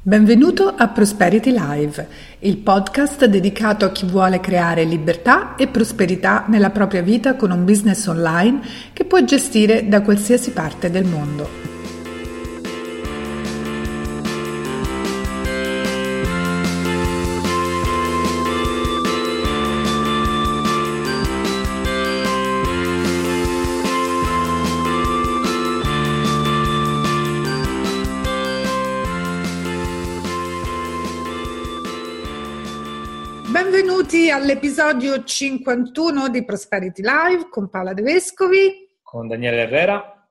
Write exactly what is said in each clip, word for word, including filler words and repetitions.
Benvenuto a Prosperity Live, il podcast dedicato a chi vuole creare libertà e prosperità nella propria vita con un business online che può gestire da qualsiasi parte del mondo. Benvenuti all'episodio cinquantuno di Prosperity Live con Paola De Vescovi. Con Daniele Herrera.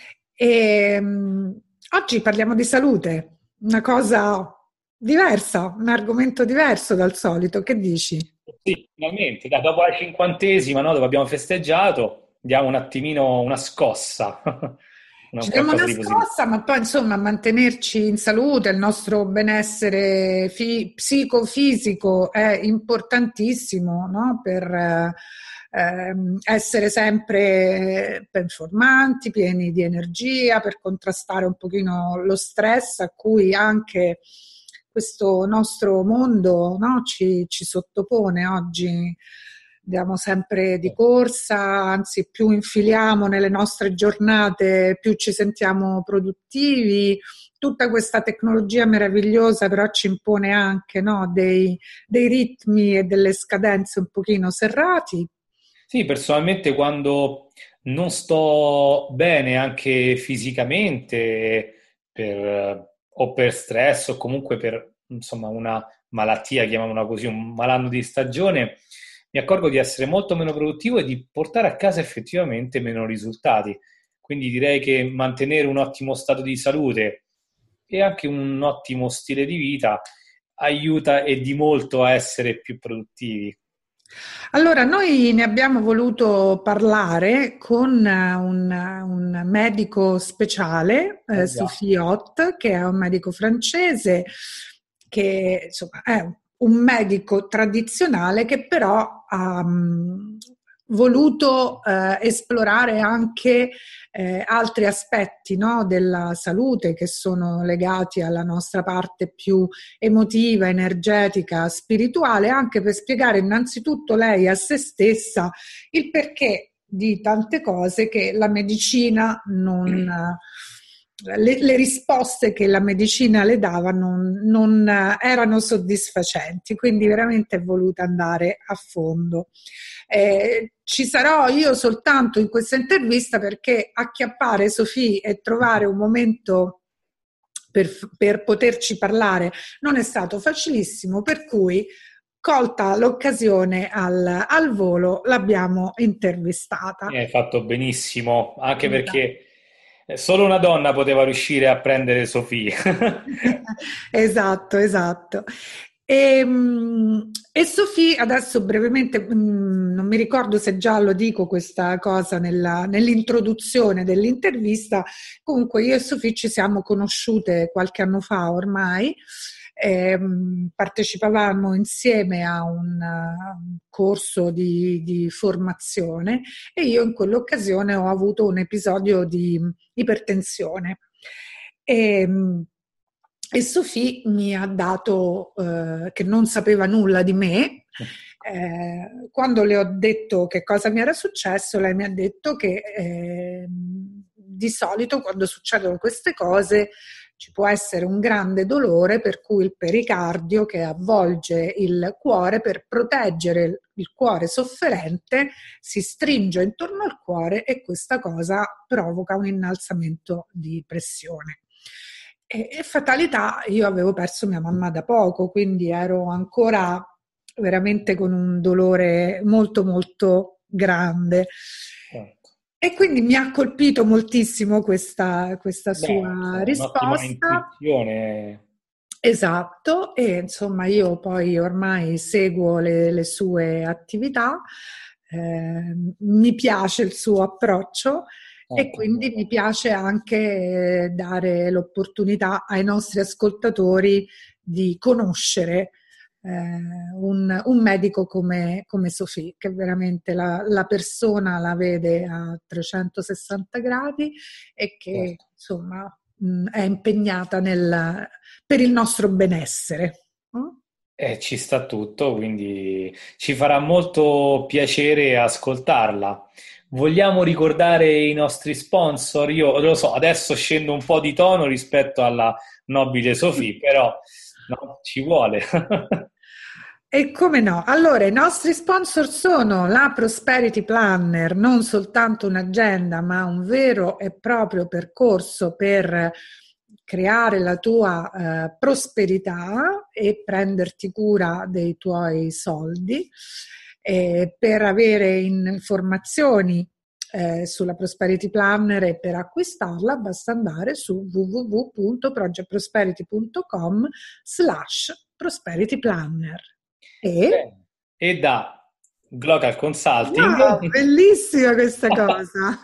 E, um, oggi parliamo di salute, una cosa diversa, un argomento diverso dal solito. Che dici? Sì, finalmente, da, dopo la cinquantesima, no, dove abbiamo festeggiato, diamo un attimino una scossa. una, Ci diamo una di scossa, ma poi insomma mantenerci in salute, il nostro benessere fi- psicofisico è importantissimo, no? Per eh, ehm, essere sempre performanti, pieni di energia, per contrastare un pochino lo stress a cui anche questo nostro mondo, no? ci, ci sottopone oggi. Andiamo sempre di corsa, anzi più infiliamo nelle nostre giornate, più ci sentiamo produttivi. Tutta questa tecnologia meravigliosa però ci impone anche, no, dei, dei ritmi e delle scadenze un pochino serrati. Sì, personalmente quando non sto bene anche fisicamente per, o per stress o comunque per insomma una malattia, chiamiamola così, un malanno di stagione, mi accorgo di essere molto meno produttivo e di portare a casa effettivamente meno risultati. Quindi direi che mantenere un ottimo stato di salute e anche un ottimo stile di vita aiuta e di molto a essere più produttivi. Allora, noi ne abbiamo voluto parlare con un, un medico speciale, eh, Sophie Ott, che è un medico francese, che insomma è un medico tradizionale che però ha um, voluto eh, esplorare anche eh, altri aspetti, no, della salute che sono legati alla nostra parte più emotiva, energetica, spirituale, anche per spiegare innanzitutto lei a se stessa il perché di tante cose che la medicina non... Le, le risposte che la medicina le dava non, non erano soddisfacenti, quindi veramente è voluta andare a fondo. Eh, ci sarò io soltanto in questa intervista perché acchiappare Sophie e trovare un momento per, per poterci parlare non è stato facilissimo, per cui colta l'occasione al, al volo l'abbiamo intervistata. Hai fatto benissimo, anche perché solo una donna poteva riuscire a prendere Sophie. Esatto, esatto. E, e Sophie, adesso brevemente, non mi ricordo se già lo dico questa cosa nella, nell'introduzione dell'intervista, comunque io e Sophie ci siamo conosciute qualche anno fa ormai. Eh, partecipavamo insieme a un, un corso di, di formazione e io in quell'occasione ho avuto un episodio di ipertensione e, e Sophie mi ha dato eh, che non sapeva nulla di me. Eh, quando le ho detto che cosa mi era successo, lei mi ha detto che eh, di solito quando succedono queste cose ci può essere un grande dolore, per cui il pericardio che avvolge il cuore, per proteggere il cuore sofferente, si stringe intorno al cuore e questa cosa provoca un innalzamento di pressione. E, e fatalità, io avevo perso mia mamma da poco, quindi ero ancora veramente con un dolore molto molto grande. E quindi mi ha colpito moltissimo questa, questa Beh, sua risposta. Un'ottima intuizione. Esatto, e insomma io poi ormai seguo le, le sue attività, eh, mi piace il suo approccio e quindi mi piace anche dare l'opportunità ai nostri ascoltatori di conoscere eh, un, un medico come, come Sophie, che veramente la, la persona la vede a trecentosessanta gradi e che insomma mh, è impegnata nel, per il nostro benessere. Mm? Eh, ci sta tutto, quindi ci farà molto piacere ascoltarla. Vogliamo ricordare i nostri sponsor? Io lo so, adesso scendo un po' di tono rispetto alla nobile Sofì, però no, ci vuole. E come no? Allora, i nostri sponsor sono la Prosperity Planner, non soltanto un'agenda, ma un vero e proprio percorso per creare la tua eh, prosperità e prenderti cura dei tuoi soldi. E per avere informazioni eh, sulla Prosperity Planner e per acquistarla basta andare su w w w punto project prosperity punto com slash prosperity planner. E? Bene. E da Global Consulting, Wow, bellissima questa cosa!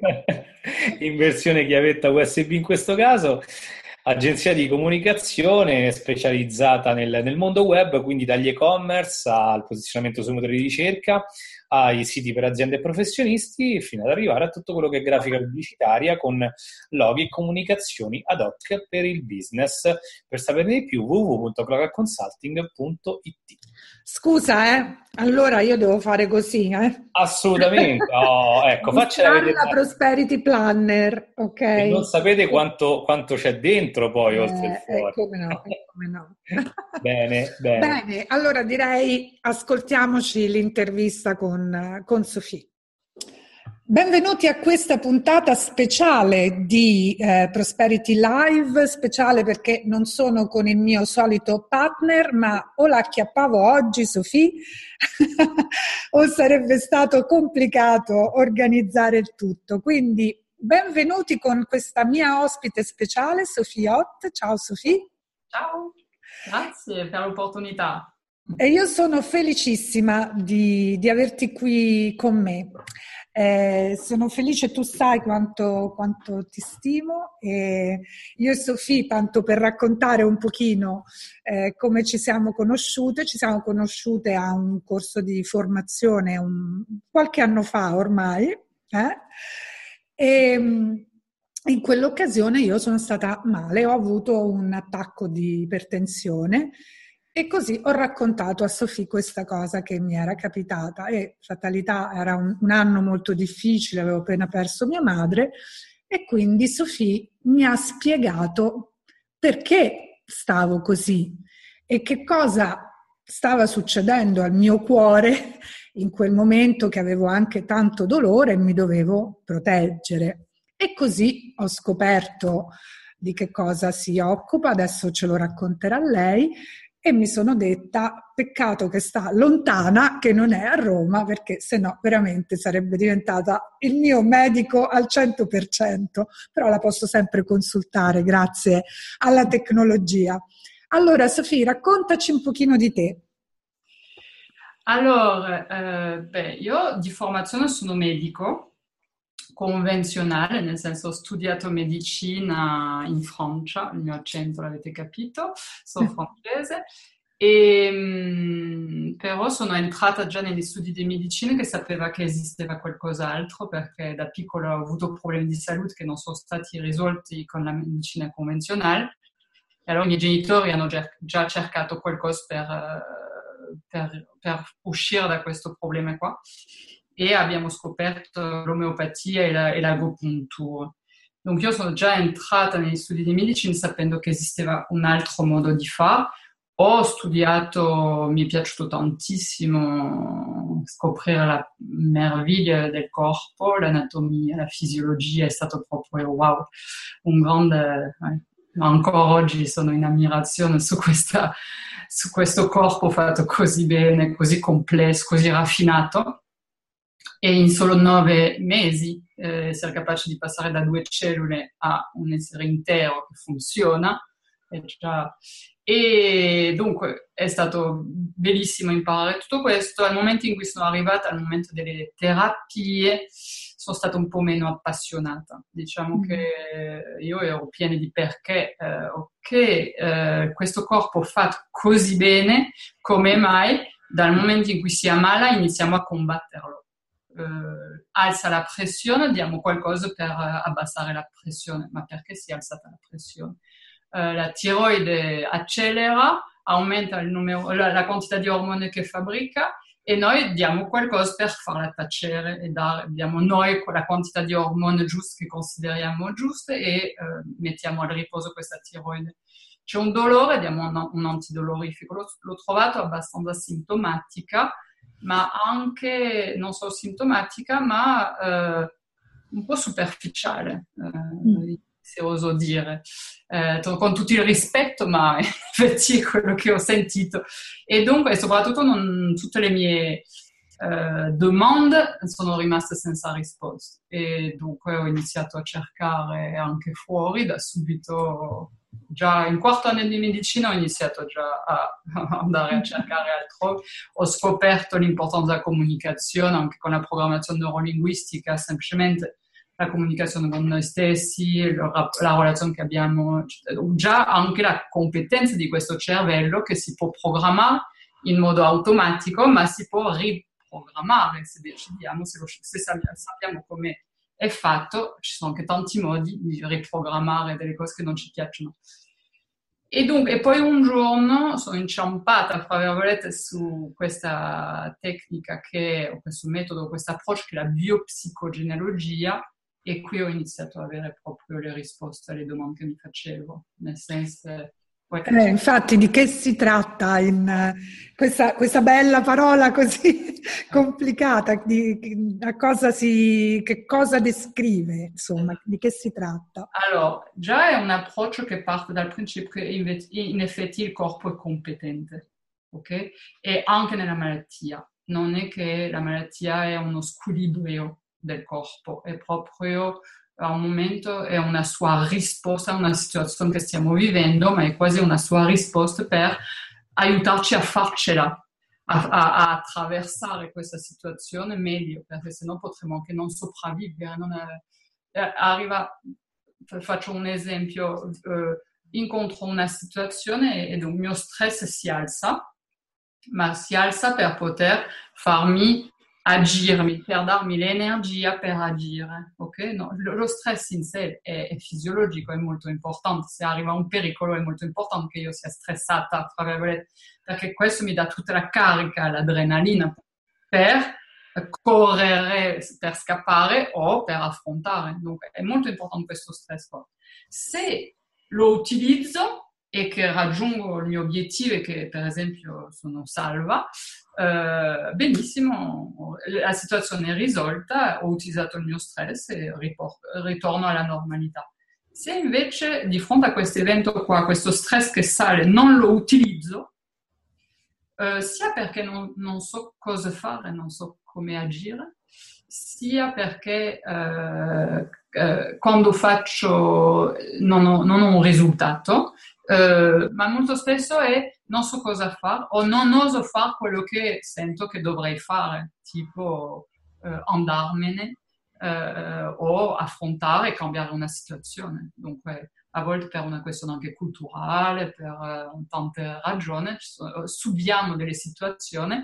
in versione chiavetta U S B in questo caso, agenzia di comunicazione specializzata nel, nel mondo web, quindi dagli e-commerce al posizionamento sui motori di ricerca, ai siti per aziende e professionisti, fino ad arrivare a tutto quello che è grafica pubblicitaria con loghi e comunicazioni ad hoc per il business. Per saperne di più, w w w punto global consulting punto i t. Scusa, eh? Allora io devo fare così, eh? Assolutamente. Oh, ecco, faccela Mostrare vedere. la Prosperity Planner, ok? E non sapete quanto, quanto c'è dentro poi, oltre il Eh, eh, fuori. come no, eh, come no. Bene, bene. Bene, allora direi ascoltiamoci l'intervista con, con Sofì. Benvenuti a questa puntata speciale di eh, Prosperity Live, speciale perché non sono con il mio solito partner, ma o la acchiappavo oggi Sofì o sarebbe stato complicato organizzare il tutto. Quindi benvenuti con questa mia ospite speciale, Sofì Ott. Ciao Sofì. Ciao, grazie per l'opportunità. E io sono felicissima di, di averti qui con me. Eh, sono felice, tu sai quanto, quanto ti stimo, e io e Sofì, tanto per raccontare un pochino eh, come ci siamo conosciute, ci siamo conosciute a un corso di formazione un, qualche anno fa ormai, eh? E in quell'occasione io sono stata male, ho avuto un attacco di ipertensione. E così ho raccontato a Sofì questa cosa che mi era capitata e fatalità, era un, un anno molto difficile, avevo appena perso mia madre e quindi Sofì mi ha spiegato perché stavo così e che cosa stava succedendo al mio cuore in quel momento che avevo anche tanto dolore e mi dovevo proteggere. E così ho scoperto di che cosa si occupa, adesso ce lo racconterà lei. E mi sono detta, peccato che sta lontana, che non è a Roma, perché se no veramente sarebbe diventata il mio medico al cento per cento, però la posso sempre consultare grazie alla tecnologia. Allora Sofì, raccontaci un pochino di te. Allora, eh, beh, io di formazione sono medico convenzionale, nel senso ho studiato medicina in Francia, il mio accento l'avete capito, sono francese, e, mh, però sono entrata già negli studi di medicina che sapeva che esisteva qualcos'altro, perché da piccola ho avuto problemi di salute che non sono stati risolti con la medicina convenzionale, e allora i miei genitori hanno già, già cercato qualcosa per, per, per uscire da questo problema qua. E abbiamo scoperto l'omeopatia e, la, e l'agopuntura. Donc io sono già entrata negli studi di medicina sapendo che esisteva un altro modo di fare. Ho studiato, mi è piaciuto tantissimo scoprire la meraviglia del corpo, l'anatomia, la fisiologia, è stato proprio wow, un grande... Eh, ancora oggi sono in ammirazione su, questa, su questo corpo fatto così bene, così complesso, così raffinato. E in solo nove mesi eh, essere capace di passare da due cellule a un essere intero che funziona. E, già... e dunque è stato bellissimo imparare tutto questo. Al momento in cui sono arrivata, al momento delle terapie, sono stata un po' meno appassionata. Diciamo mm. che io ero piena di perché, eh, ok, eh, questo corpo fatto così bene, come mai dal momento in cui si ammala iniziamo a combatterlo? eh, alza la pressione, diamo qualcosa per eh, abbassare la pressione. Ma perché si è alzata la pressione? Eh, la tiroide accelera, aumenta il numero, la, la quantità di ormoni che fabbrica e noi diamo qualcosa per farla tacere e dare, diamo noi la quantità di ormoni giusti che consideriamo giuste e eh, mettiamo al riposo questa tiroide. C'è un dolore, diamo un, un antidolorifico. L'ho, l'ho trovato abbastanza sintomatica, ma anche non solo sintomatica, ma eh, un po' superficiale, eh, se oso dire, eh, con tutto il rispetto, ma in effetti è quello che ho sentito. E dunque, soprattutto, non, tutte le mie eh, domande sono rimaste senza risposta. E dunque ho iniziato a cercare anche fuori, da subito, già in quarto anno di medicina ho iniziato già a, a andare a cercare altrove. Ho scoperto l'importanza della comunicazione, anche con la programmazione neurolinguistica, semplicemente la comunicazione con noi stessi, la, la relazione che abbiamo, già anche la competenza di questo cervello che si può programmare in modo automatico, ma si può riprogrammare se decidiamo, se, lo, se sappiamo come è fatto. Ci sono anche tanti modi di riprogrammare delle cose che non ci piacciono. E dunque, e poi un giorno sono inciampata, fra virgolette, su questa tecnica che, o questo metodo, questo approccio che è la biopsicogenealogia. E qui ho iniziato ad avere proprio le risposte alle domande che mi facevo, nel senso... Eh, infatti, di che si tratta in uh, questa, questa bella parola così complicata? Di, a cosa si, che cosa descrive, insomma, di che si tratta? Allora, già è un approccio che parte dal principio che in effetti il corpo è competente, ok? E anche nella malattia. Non è che la malattia è uno squilibrio del corpo, è proprio a un momento è una sua risposta a una situazione che stiamo vivendo, ma è quasi una sua risposta per aiutarci a farcela, a, a, a attraversare questa situazione meglio, perché sennò potremmo anche non sopravvivere. Non è, arriva, faccio un esempio, eh, incontro una situazione e, e il mio stress si alza, ma si alza per poter farmi agirmi, per darmi l'energia per agire, ok? No, lo stress in sé è, è fisiologico, è molto importante. Se arriva un pericolo è molto importante che io sia stressata, perché questo mi dà tutta la carica, l'adrenalina per correre, per scappare o per affrontare. Dunque è molto importante questo stress qua. Se lo utilizzo e che raggiungo il mio obiettivo e che per esempio sono salva, eh, benissimo, la situazione è risolta, ho utilizzato il mio stress e riporto, ritorno alla normalità. Se invece di fronte a questo evento qua, questo stress che sale, non lo utilizzo, eh, sia perché non, non so cosa fare, non so come agire, sia perché eh, eh, quando faccio non ho, non ho un risultato, eh, ma molto spesso è non so cosa fare o non oso fare quello che sento che dovrei fare, tipo eh, andarmene eh, o affrontare e cambiare una situazione. Dunque, a volte per una questione anche culturale, per eh, tante ragioni, subiamo delle situazioni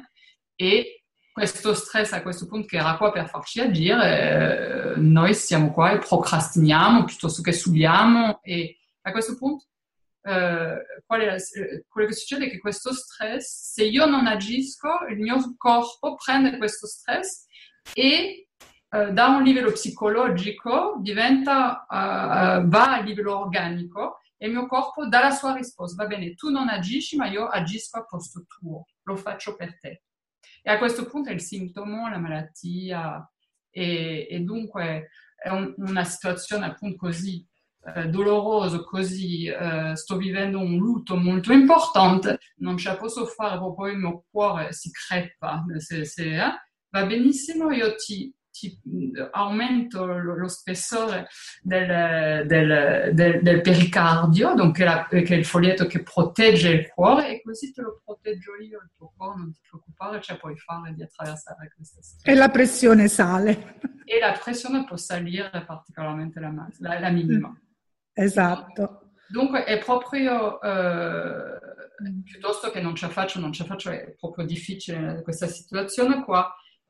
e questo stress a questo punto che era qua per farci agire, eh, noi siamo qua e procrastiniamo piuttosto che subiamo e a questo punto eh, qual è la, quello che succede è che questo stress, se io non agisco, il mio corpo prende questo stress e eh, da un livello psicologico diventa, uh, va a livello organico e il mio corpo dà la sua risposta. Va bene, tu non agisci ma io agisco a posto tuo, lo faccio per te. E a questo punto è il sintomo, la malattia e, e dunque è un, una situazione appunto così eh, dolorosa, così eh, sto vivendo un lutto molto importante, non ce la posso fare, proprio il mio cuore si crepa, se, se, eh, va benissimo, io ti, ti aumento lo, lo spessore del, del, del, del pericardio, donc che, la, che è il foglietto che protegge il cuore e così te lo proteggio io, il tuo cuore, non ti preoccupare, ce la puoi fare di attraversare questa situazione. E la pressione sale. E la pressione può salire particolarmente la, la, la minima. Esatto. Dunque è proprio, eh, piuttosto che non ce la faccio, non ce la faccio, è proprio difficile questa situazione qua.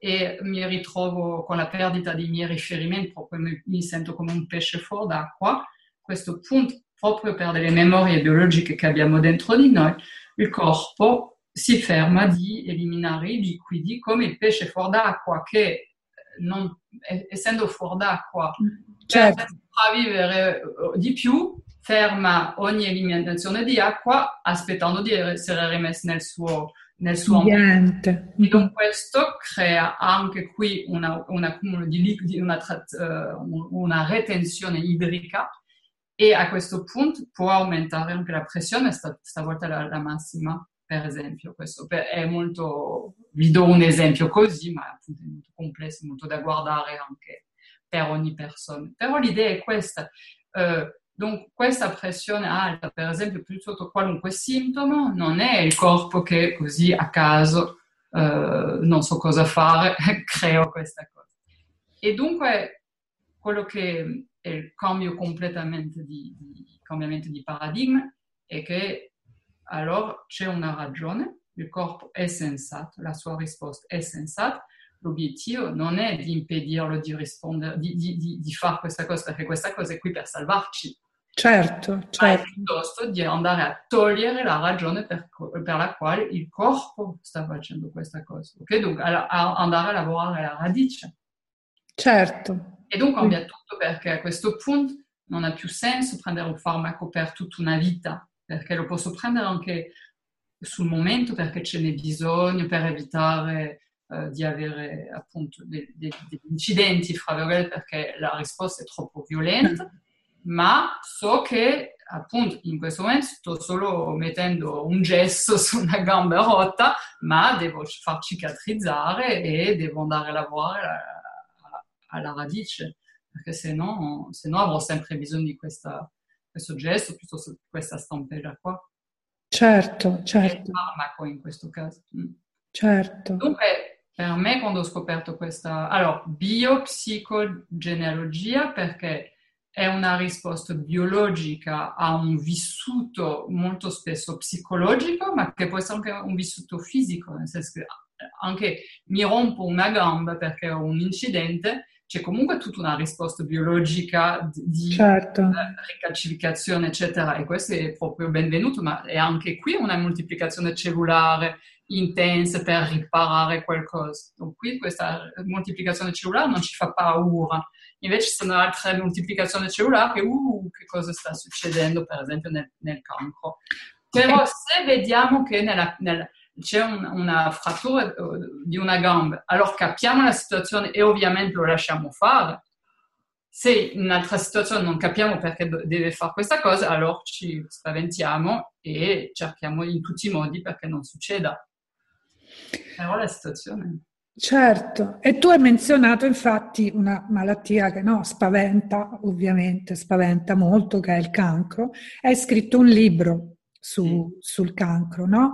e mi ritrovo con la perdita dei miei riferimenti, proprio mi, mi sento come un pesce fuori d'acqua. Questo punto, proprio per delle memorie biologiche che abbiamo dentro di noi, il corpo si ferma di eliminare i liquidi come il pesce fuori d'acqua che, non, essendo fuori d'acqua, certo, per sopravvivere di più, ferma ogni eliminazione di acqua aspettando di essere rimessa nel suo, nel suo ambiente. E donc questo crea anche qui una, un accumulo di liquidi, una, uh, una retenzione idrica, e a questo punto può aumentare anche la pressione, stavolta la, la massima, per esempio. Questo è molto, vi do un esempio così, ma appunto è molto complesso, molto da guardare anche per ogni persona. Però l'idea è questa. Uh, donc questa pressione alta, per esempio, più sotto qualunque sintomo, non è il corpo che così a caso, uh, non so cosa fare, creo questa cosa. E dunque quello che è il cambio completamente di, di cambiamento di paradigma è che allora c'è una ragione, il corpo è sensato, la sua risposta è sensata, l'obiettivo non è di impedirlo di rispondere, di, di, di, di fare questa cosa, perché questa cosa è qui per salvarci. Certo, certo. Ma è piuttosto di andare a togliere la ragione per, per la quale il corpo sta facendo questa cosa. Ok? Dunque a, a andare a lavorare alla radice. Certo. E dunque cambia tutto, perché a questo punto non ha più senso prendere un farmaco per tutta una vita, perché lo posso prendere anche sul momento perché ce n'è bisogno per evitare uh, di avere appunto degli de, de incidenti, fra virgolette, perché la risposta è troppo violenta, ma so che appunto in questo momento sto solo mettendo un gesso su una gamba rotta, ma devo far cicatrizzare e devo andare a lavorare alla radice, perché se no, se no avrò sempre bisogno di questa, questo gesto piuttosto che questa stampella qua. Certo, certo. È il farmaco in questo caso. Certo. Dunque, per me, quando ho scoperto questa... Allora, biopsicogenealogia, perché è una risposta biologica a un vissuto molto spesso psicologico, ma che può essere anche un vissuto fisico, nel senso che anche mi rompo una gamba perché ho un incidente, c'è comunque tutta una risposta biologica di certo. ricalcificazione, eccetera, e questo è proprio benvenuto, ma è anche qui una moltiplicazione cellulare intensa per riparare qualcosa. Donc qui questa moltiplicazione cellulare non ci fa paura. Invece ci sono altre moltiplicazioni cellulari, uh, che cosa sta succedendo, per esempio nel, nel cancro. Però se vediamo che nella, nella c'è un, una frattura di una gamba, allora capiamo la situazione e ovviamente lo lasciamo fare. Se in un'altra situazione non capiamo perché deve fare questa cosa, allora ci spaventiamo e cerchiamo in tutti i modi perché non succeda. Però la situazione... Certo, e tu hai menzionato infatti una malattia che no, spaventa, ovviamente, spaventa molto, che è il cancro. Hai scritto un libro su, sul cancro, no?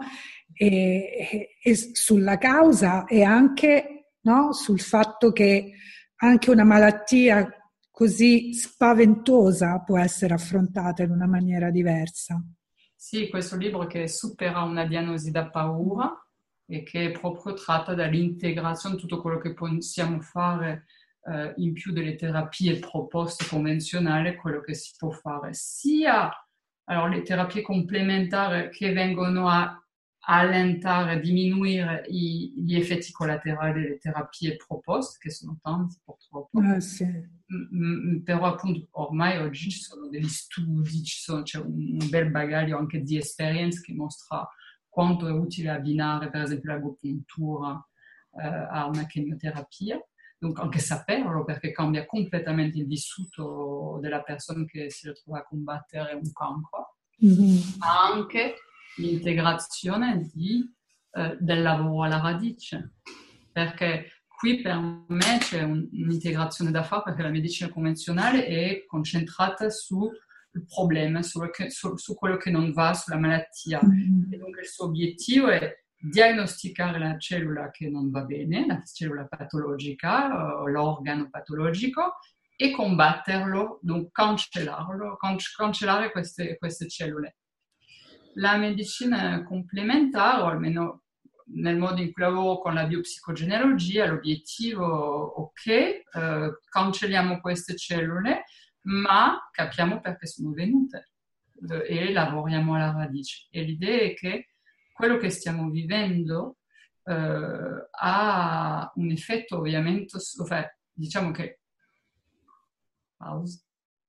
E, e sulla causa e anche, no, sul fatto che anche una malattia così spaventosa può essere affrontata in una maniera diversa. Sì, questo libro che supera una diagnosi da paura e che proprio tratta dall'integrazione di tutto quello che possiamo fare eh, in più delle terapie proposte convenzionali, quello che si può fare sia allora, le terapie complementari che vengono a allentare, diminuire i, gli effetti collaterali delle terapie proposte, che sono tanti purtroppo. Ah, sì. M- però appunto ormai oggi ci sono degli studi, ci sono, c'è un, un bel bagaglio anche di esperienze che mostra quanto è utile abbinare per esempio l'agopuntura eh, a una chemioterapia. Donc anche saperlo, perché cambia completamente il vissuto della persona che si ritrova a combattere un cancro, mm-hmm. ma anche l'integrazione di, eh, del lavoro alla radice, perché qui per me c'è un, un'integrazione da fare, perché la medicina convenzionale è concentrata sul problema, su, su, su quello che non va, sulla malattia. Mm-hmm. E dunque il suo obiettivo è diagnosticare la cellula che non va bene, la cellula patologica, o l'organo patologico, e combatterlo, donc cancellarlo, cancellare queste, queste cellule. La medicina complementare, o almeno nel modo in cui lavoro con la biopsicogenealogia, l'obiettivo, ok, eh, cancelliamo queste cellule, ma capiamo perché sono venute e lavoriamo alla radice. E l'idea è che quello che stiamo vivendo eh, ha un effetto ovviamente, cioè, diciamo che pause.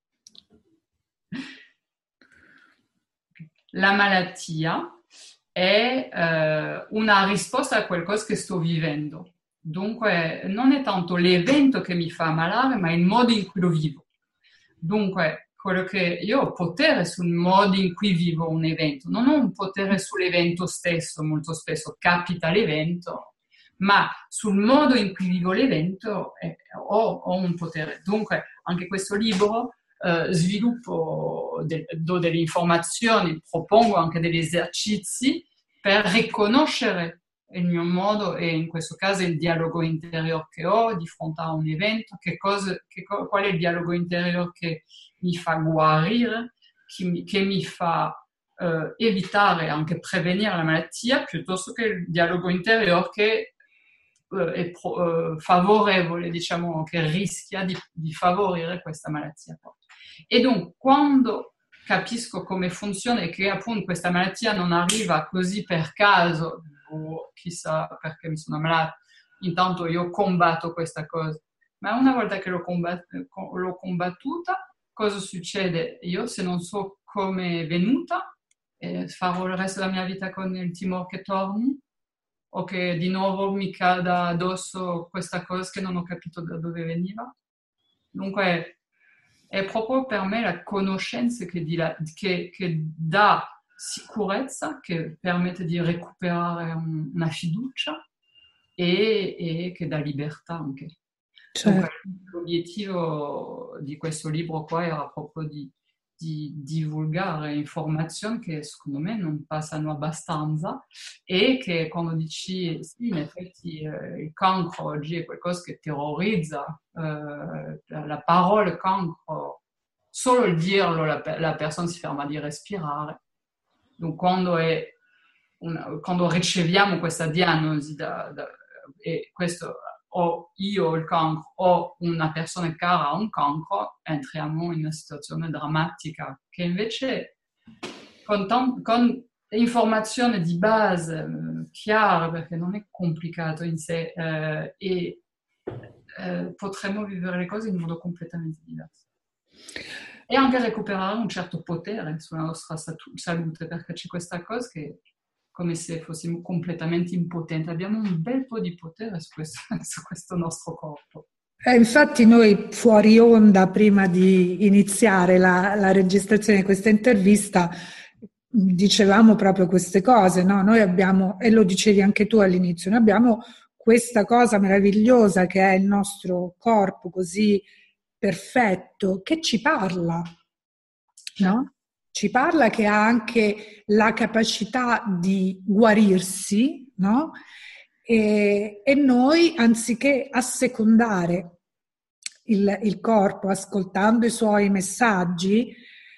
La malattia è eh, una risposta a qualcosa che sto vivendo. Dunque, non è tanto l'evento che mi fa ammalare, ma il modo in cui lo vivo. Dunque, quello che io ho potere sul modo in cui vivo un evento, non ho un potere sull'evento stesso, molto spesso capita l'evento, ma sul modo in cui vivo l'evento eh, ho, ho un potere. Dunque, anche questo libro eh, sviluppo, de, do delle informazioni, propongo anche degli esercizi per riconoscere il mio modo e in questo caso il dialogo interiore che ho di fronte a un evento, che cosa, che, qual è il dialogo interiore che mi fa guarire, che mi, che mi fa eh, evitare, anche prevenire la malattia, piuttosto che il dialogo interiore che eh, è pro, eh, favorevole, diciamo, che rischia di, di favorire questa malattia. E dunque, quando capisco come funziona e che appunto questa malattia non arriva così per caso, o chissà perché mi sono ammalato, intanto io combatto questa cosa. Ma una volta che l'ho, combat- l'ho combattuta, cosa succede? Io se non so come è venuta, eh, farò il resto della mia vita con il timore che torni, o che di nuovo mi cada addosso questa cosa che non ho capito da dove veniva. Dunque è proprio per me la conoscenza che, di la, che, che dà sicurezza, che permette di recuperare un, una fiducia e, e che dà libertà anche. Certo. Dunque, l'obiettivo di questo libro qua era proprio di, di divulgare informazioni che secondo me non passano abbastanza e che quando dici sì, in effetti eh, il cancro oggi è qualcosa che terrorizza, eh, la parola cancro, solo il dirlo la, la persona si ferma di respirare. Dunque quando, è una, quando riceviamo questa diagnosi da, da, e questo o io ho il cancro o una persona cara ha un cancro, entriamo in una situazione drammatica che invece con, t- con informazioni di base eh, chiare, perché non è complicato in sé, eh, e eh, potremmo vivere le cose in modo completamente diverso. E anche recuperare un certo potere sulla nostra salute, perché c'è questa cosa che come se fossimo completamente impotenti. Abbiamo un bel po' di potere su questo, su questo nostro corpo. Eh, infatti noi fuori onda, prima di iniziare la, la registrazione di questa intervista, dicevamo proprio queste cose, no? Noi abbiamo, e lo dicevi anche tu all'inizio, noi abbiamo questa cosa meravigliosa che è il nostro corpo così perfetto, che ci parla, no? Ci parla, che ha anche la capacità di guarirsi, no? E, e noi, anziché assecondare il, il corpo, ascoltando i suoi messaggi,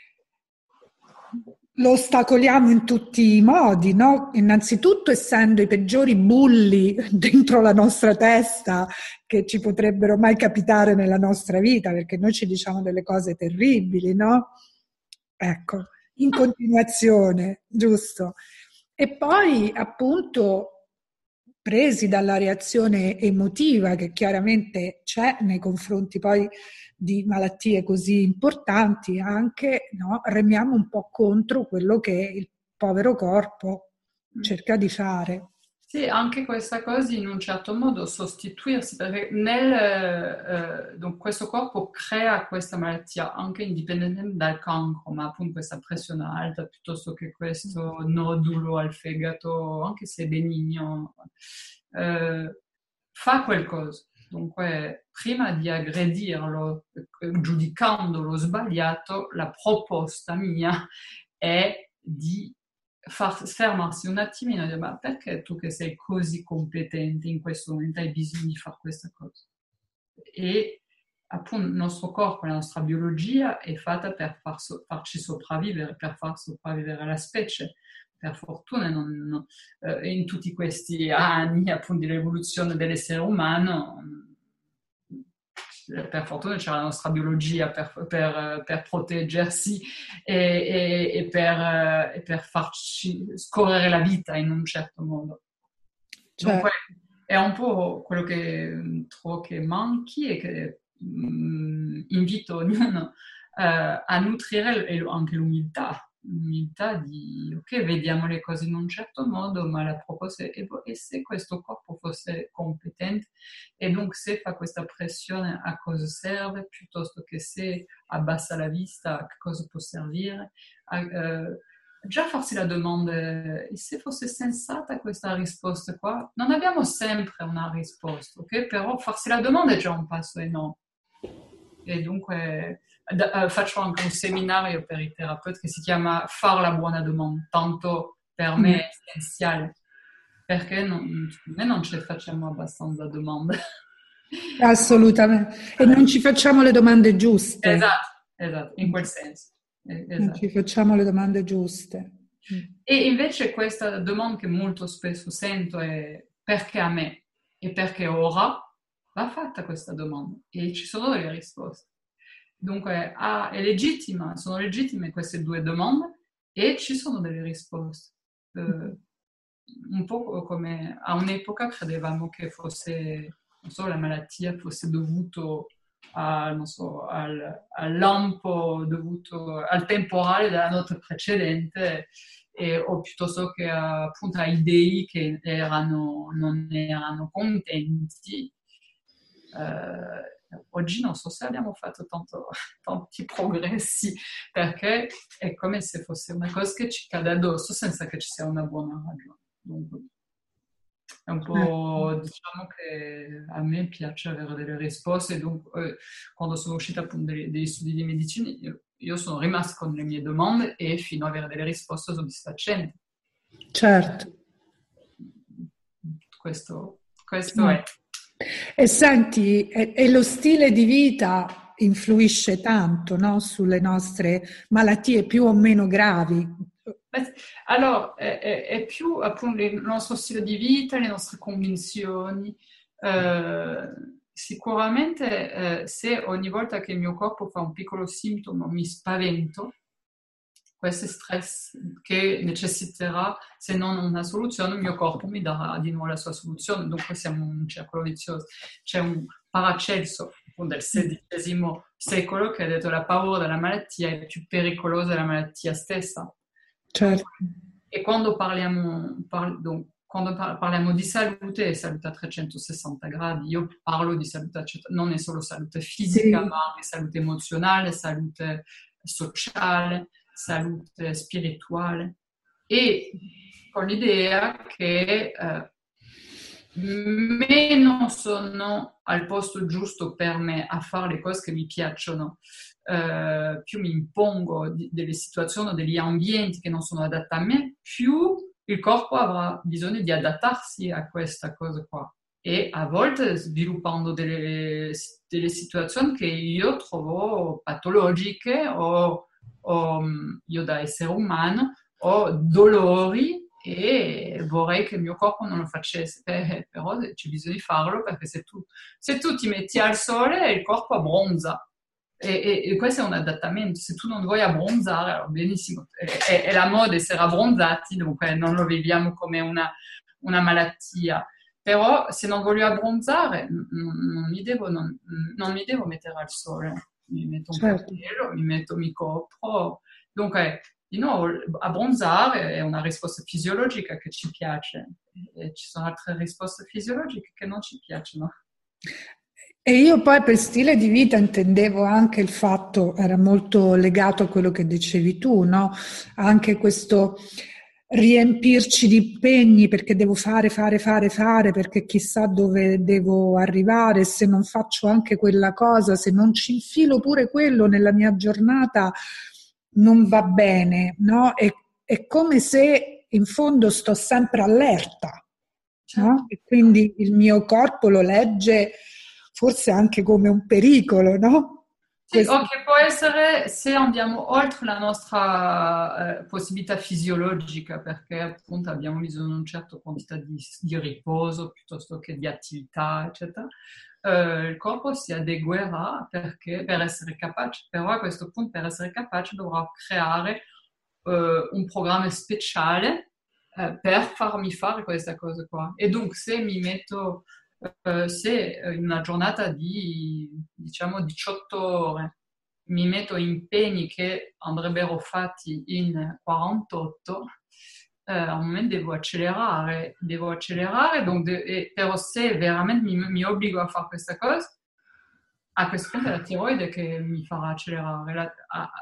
lo ostacoliamo in tutti i modi, no? Innanzitutto essendo i peggiori bulli dentro la nostra testa che ci potrebbero mai capitare nella nostra vita, perché noi ci diciamo delle cose terribili, no? Ecco, in continuazione, giusto? E poi appunto presi dalla reazione emotiva che chiaramente c'è nei confronti poi di malattie così importanti, anche no, remiamo un po' contro quello che il povero corpo cerca di fare. Sì, anche questa cosa in un certo modo sostituirsi, perché nel, eh, donc questo corpo crea questa malattia anche indipendentemente dal cancro, ma appunto questa pressione alta piuttosto che questo nodulo al fegato, anche se è benigno, eh, fa qualcosa. Dunque, prima di aggredirlo, giudicandolo sbagliato, la proposta mia è di far, fermarsi un attimino e dire: ma perché tu che sei così competente in questo momento hai bisogno di fare questa cosa? E appunto il nostro corpo, la nostra biologia è fatta per far so- farci sopravvivere, per far sopravvivere la specie, per fortuna non, non, eh, in tutti questi anni appunto di evoluzione dell'essere umano, per fortuna c'è la nostra biologia per, per, per proteggersi e, e, e, per, e per farci scorrere la vita in un certo modo. Dunque è un po' quello che trovo che manchi e che mh, invito ognuno uh, a nutrire anche l'umiltà, l'umiltà di ok, vediamo le cose in un certo modo, ma la proposta è e se questo corpo fosse competente e donc se fa questa pressione a cosa serve piuttosto che se abbassa la vista a cosa può servire. Uh, Già farsi la domanda, e se fosse sensata questa risposta qua? Non abbiamo sempre una risposta, ok? Però farsi la domanda è già un passo enorme. E dunque da, uh, faccio anche un seminario per i terapeuti che si chiama Far la buona domanda, tanto per me è essenziale, perché non, noi non ce le facciamo abbastanza domande. Assolutamente, e non ci facciamo le domande giuste. Esatto, esatto, in quel senso. Esatto. Non ci facciamo le domande giuste. E invece questa domanda che molto spesso sento è perché a me e perché ora? Va fatta questa domanda e ci sono delle risposte. Dunque ah, è legittima, sono legittime queste due domande e ci sono delle risposte. Uh, un po' come a un'epoca credevamo che fosse, non so, la malattia fosse dovuto A, non so, al, al lampo dovuto al temporale della notte precedente e, o piuttosto che a, appunto ai dei che erano, non erano contenti. Eh, oggi non so se abbiamo fatto tanto, tanti progressi perché è come se fosse una cosa che ci cade addosso senza che ci sia una buona ragione. Dunque, è un po', diciamo che a me piace avere delle risposte, dunque eh, quando sono uscita appunto degli, degli studi di medicina io, io sono rimasta con le mie domande e fino ad avere delle risposte soddisfacenti. Certo. Questo, questo è. E senti, e, e lo stile di vita influisce tanto, no? Sulle nostre malattie più o meno gravi. Allora, è, è, è più appunto il nostro stile di vita, le nostre convinzioni. Eh, sicuramente eh, se ogni volta che il mio corpo fa un piccolo sintomo mi spavento, questo è stress che necessiterà, se non una soluzione, il mio corpo mi darà di nuovo la sua soluzione. Dunque siamo in un circolo vizioso. C'è un Paracelso del sedicesimo secolo che ha detto la paura della malattia è più pericolosa della malattia stessa. Certo. E quando parliamo, par, donc, quando par, parliamo di salute, è salute a trecentosessanta gradi. Io parlo di salute, non è solo salute fisica, sì, ma anche salute emozionale, salute sociale, salute spirituale. E con l'idea che eh, meno sono al posto giusto per me a fare le cose che mi piacciono, Uh, più mi impongo di, delle situazioni, degli ambienti che non sono adatti a me, più il corpo avrà bisogno di adattarsi a questa cosa qua. E a volte sviluppando delle, delle situazioni che io trovo patologiche o, o io da essere umano ho dolori e vorrei che il mio corpo non lo facesse, eh, però c'è bisogno di farlo perché se tu, se tu ti metti al sole il corpo abbronza. E, e, e questo è un adattamento. Se tu non vuoi abbronzare, allora benissimo, è, è, è la moda essere abbronzati, dunque non lo viviamo come una, una malattia. Però se non voglio abbronzare, non, non, mi devo, non, non mi devo mettere al sole. Mi metto un certo. cappello, mi metto, mi copro. Dunque, di nuovo, abbronzare è una risposta fisiologica che ci piace. E ci sono altre risposte fisiologiche che non ci piacciono. E io poi per stile di vita intendevo anche il fatto, era molto legato a quello che dicevi tu, no? Anche questo riempirci di impegni perché devo fare, fare, fare, fare, perché chissà dove devo arrivare, se non faccio anche quella cosa, se non ci infilo pure quello nella mia giornata non va bene, no? È, è come se in fondo sto sempre allerta, no? E quindi il mio corpo lo legge forse anche come un pericolo, no? Sì, o che può essere se andiamo oltre la nostra eh, possibilità fisiologica, perché appunto abbiamo bisogno di una certa quantità di, di riposo piuttosto che di attività, eccetera. Eh, il corpo si adeguerà perché, per essere capace, però a questo punto per essere capace dovrà creare eh, un programma speciale eh, per farmi fare questa cosa qua. E dunque se mi metto Uh, se in una giornata di diciamo diciotto ore mi metto impegni che andrebbero fatti in quarantotto, uh, a un momento devo accelerare, devo accelerare, donc de- e, però se veramente mi, mi obbligo a fare questa cosa, a questo punto è la tiroide che mi farà accelerare. La, a, a,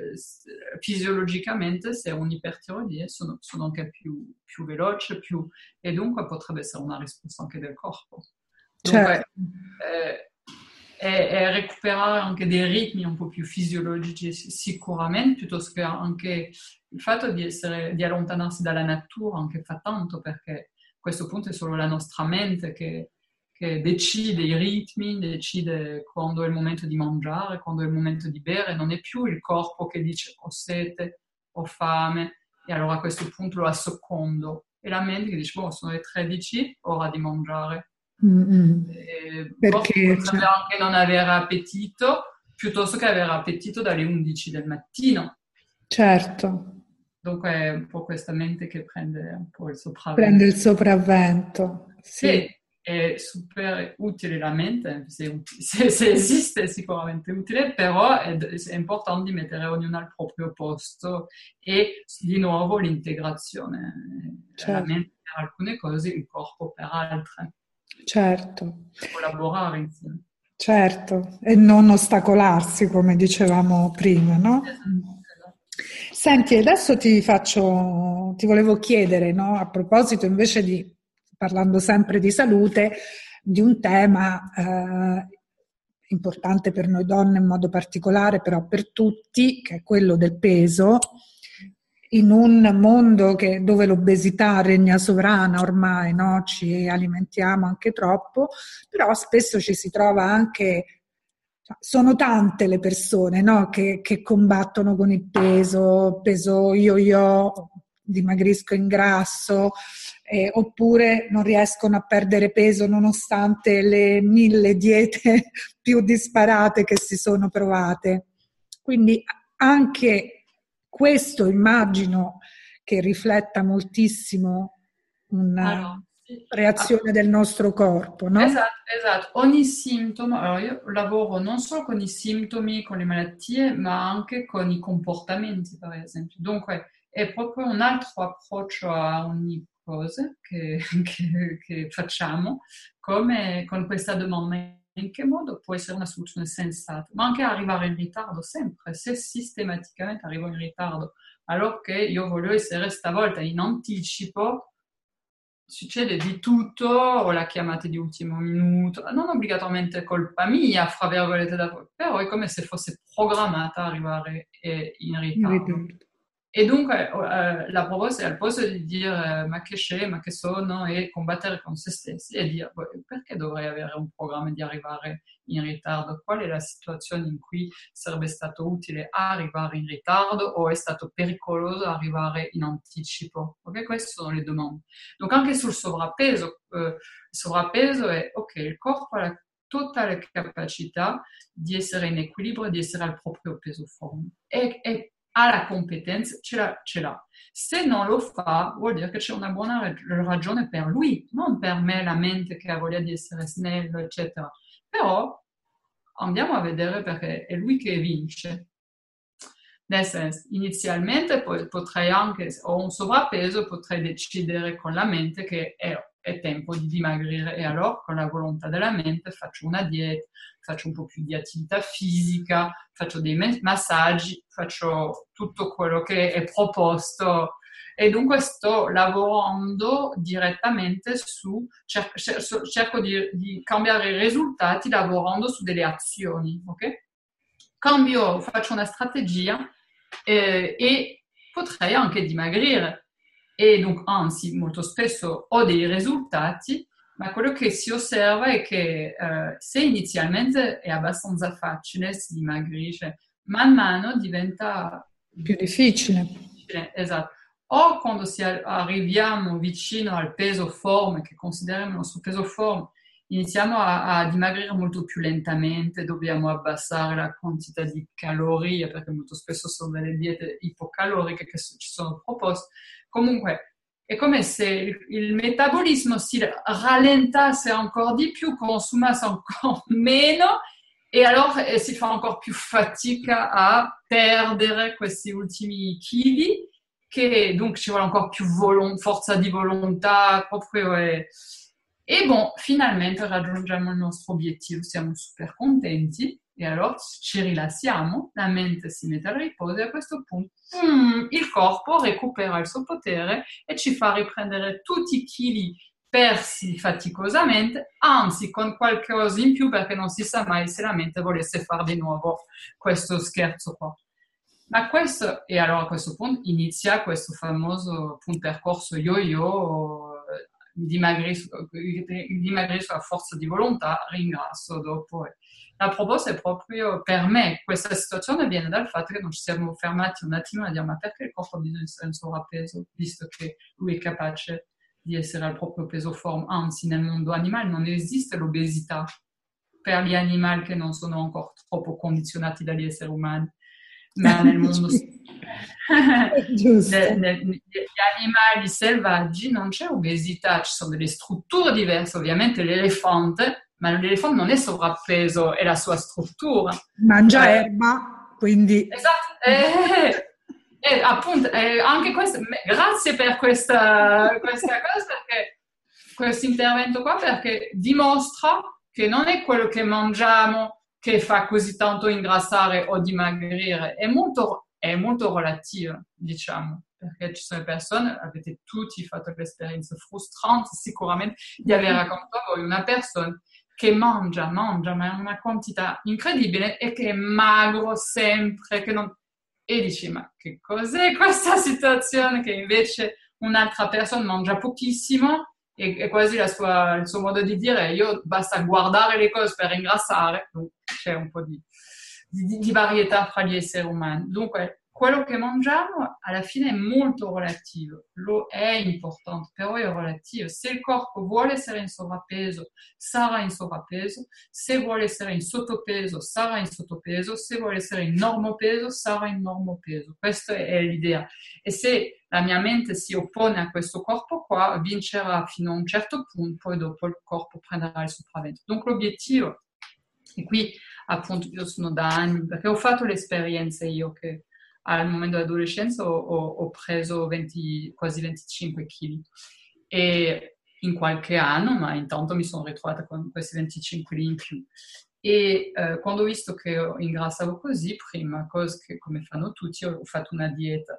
fisiologicamente, se ho un'ipertiroide, sono, sono anche più, più veloce, più, e dunque potrebbe essere una risposta anche del corpo. Dunque, Certo. eh, è, è recuperare anche dei ritmi un po' più fisiologici sicuramente, piuttosto che anche il fatto di, essere, di allontanarsi dalla natura anche fa tanto, perché a questo punto è solo la nostra mente che che decide i ritmi, decide quando è il momento di mangiare, quando è il momento di bere, non è più il corpo che dice ho sete, ho fame, e allora a questo punto lo assecondo. E la mente che dice, boh, sono le tredici, ora di mangiare. Mm-hmm. Il corpo Perché potrebbe cioè... anche non avere appetito, piuttosto che avere appetito dalle undici del mattino. Certo. Dunque è un po' questa mente che prende un po' il sopravvento. Prende il sopravvento, sì. Sì. È super utile la mente, se, se, se esiste è sicuramente utile, però è, è importante di mettere ognuno al proprio posto e di nuovo l'integrazione, certo. La mente per alcune cose, il corpo per altre. Certo. Collaborare insieme. Certo, e non ostacolarsi come dicevamo prima, no? Esatto. Senti, adesso ti faccio, ti volevo chiedere, no? A proposito invece di parlando sempre di salute, di un tema eh, importante per noi donne in modo particolare, però per tutti, che è quello del peso, in un mondo che, dove l'obesità regna sovrana ormai, no? Ci alimentiamo anche troppo, però spesso ci si trova anche, sono tante le persone, no? che, che combattono con il peso, peso yo-yo, dimagrisco, ingrasso, Eh, oppure non riescono a perdere peso nonostante le mille diete più disparate che si sono provate. Quindi anche questo immagino che rifletta moltissimo una allora, sì. reazione del nostro corpo, no? Esatto, esatto. Ogni sintomo, allora io lavoro non solo con i sintomi, con le malattie, ma anche con i comportamenti, per esempio. Dunque è proprio un altro approccio a ogni cosa che, che, che facciamo, come con questa domanda: in che modo può essere una soluzione sensata, ma anche arrivare in ritardo sempre. Se sistematicamente arrivo in ritardo, allora che io voglio essere stavolta in anticipo, succede di tutto, o la chiamata di ultimo minuto, non obbligatoriamente colpa mia, fra virgolette, però è come se fosse programmata arrivare in ritardo. In E dunque eh, la proposta è al posto di dire ma che c'è, ma che sono, e combattere con se stessi e dire perché dovrei avere un programma di arrivare in ritardo? Qual è la situazione in cui sarebbe stato utile arrivare in ritardo o è stato pericoloso arrivare in anticipo? Ok, queste sono le domande. Donc anche sul sovrappeso, eh, il sovrappeso è ok, il corpo ha la totale capacità di essere in equilibrio, di essere al proprio peso forma. E, e ha la competenza, ce l'ha, ce l'ha. Se non lo fa, vuol dire che c'è una buona ragione per lui, non per me, la mente che ha voglia di essere snello, eccetera. Però andiamo a vedere perché è lui che vince. Nel senso, inizialmente poi potrei anche, se ho un sovrappeso, potrei decidere con la mente che è, è tempo di dimagrire, e allora con la volontà della mente faccio una dieta, faccio un po' più di attività fisica, faccio dei massaggi, faccio tutto quello che è proposto, e dunque sto lavorando direttamente su, cerco, cerco di, di cambiare i risultati lavorando su delle azioni, ok? Cambio, faccio una strategia eh, e potrei anche dimagrire, e donc anzi molto spesso ho dei risultati Ma quello che si osserva è che eh, se inizialmente è abbastanza facile, si dimagrisce, man mano diventa Più difficile. difficile, esatto. O quando si a- arriviamo vicino al peso forme, che consideriamo il nostro peso forme, iniziamo a, a dimagrire molto più lentamente, dobbiamo abbassare la quantità di calorie, perché molto spesso sono delle diete ipocaloriche che ci sono proposte. Comunque, è come se il, il metabolismo si rallentasse ancora di più, consumasse ancora meno e allora eh, si fa ancora più fatica a perdere questi ultimi chili, che donc ci vuole ancora più volon- forza di volontà proprio. E, e bon, finalmente raggiungiamo il nostro obiettivo, siamo super contenti e allora ci rilassiamo, la mente si mette al riposo e a questo punto mm, il corpo recupera il suo potere e ci fa riprendere tutti i chili persi faticosamente, anzi con qualcosa in più perché non si sa mai se la mente volesse fare di nuovo questo scherzo qua. Ma questo, e allora a questo punto inizia questo famoso appunto, percorso yo-yo, dimagrisco, dimagrisco a forza di volontà, ringrasso dopo. La proposta è proprio per me, questa situazione viene dal fatto che non ci siamo fermati un attimo a dire ma perché il corpo ha bisogno di essere in sovrappeso, visto che lui è capace di essere al proprio peso forme, anzi nel mondo animale non esiste l'obesità per gli animali che non sono ancora troppo condizionati dagli esseri umani, ma nel mondo Giusto. negli animali selvaggi non c'è obesità, ci sono delle strutture diverse, ovviamente l'elefante, ma l'elefante non è sovrappeso, è la sua struttura. Mangia Eh, erba, quindi... Esatto, eh, eh, appunto, eh, anche questo, grazie per questa, questa cosa, perché questo intervento qua, perché dimostra che non è quello che mangiamo che fa così tanto ingrassare o dimagrire, è molto, è molto relativo, diciamo, perché ci sono persone, avete tutti fatto l'esperienza frustrante sicuramente di aver raccontato a voi una persona che mangia, mangia, ma è una quantità incredibile e che è magro sempre, che non... e dici, ma che cos'è questa situazione? Che invece un'altra persona mangia pochissimo e, e quasi la sua, il suo modo di dire, io basta guardare le cose per ingrassare, c'è un po' di, di, di varietà fra gli esseri umani. Dunque, quello che mangiamo alla fine è molto relativo, lo è importante, però è relativo. Se il corpo vuole essere in sovrappeso, sarà in sovrappeso, se vuole essere in sottopeso, sarà in sottopeso, se vuole essere in normopeso, sarà in normopeso. Questa è l'idea. E se la mia mente si oppone a questo corpo qua, vincerà fino a un certo punto, poi dopo il corpo prenderà il sopravvento. Donc l'obiettivo, e qui appunto io sono da anni, perché ho fatto l'esperienza io che al momento dell'adolescenza ho, ho, ho preso venti, quasi venticinque chili e in qualche anno, ma intanto mi sono ritrovata con questi venticinque lì in più. E eh, quando ho visto che ingrassavo così, prima cosa che come fanno tutti, ho fatto una dieta.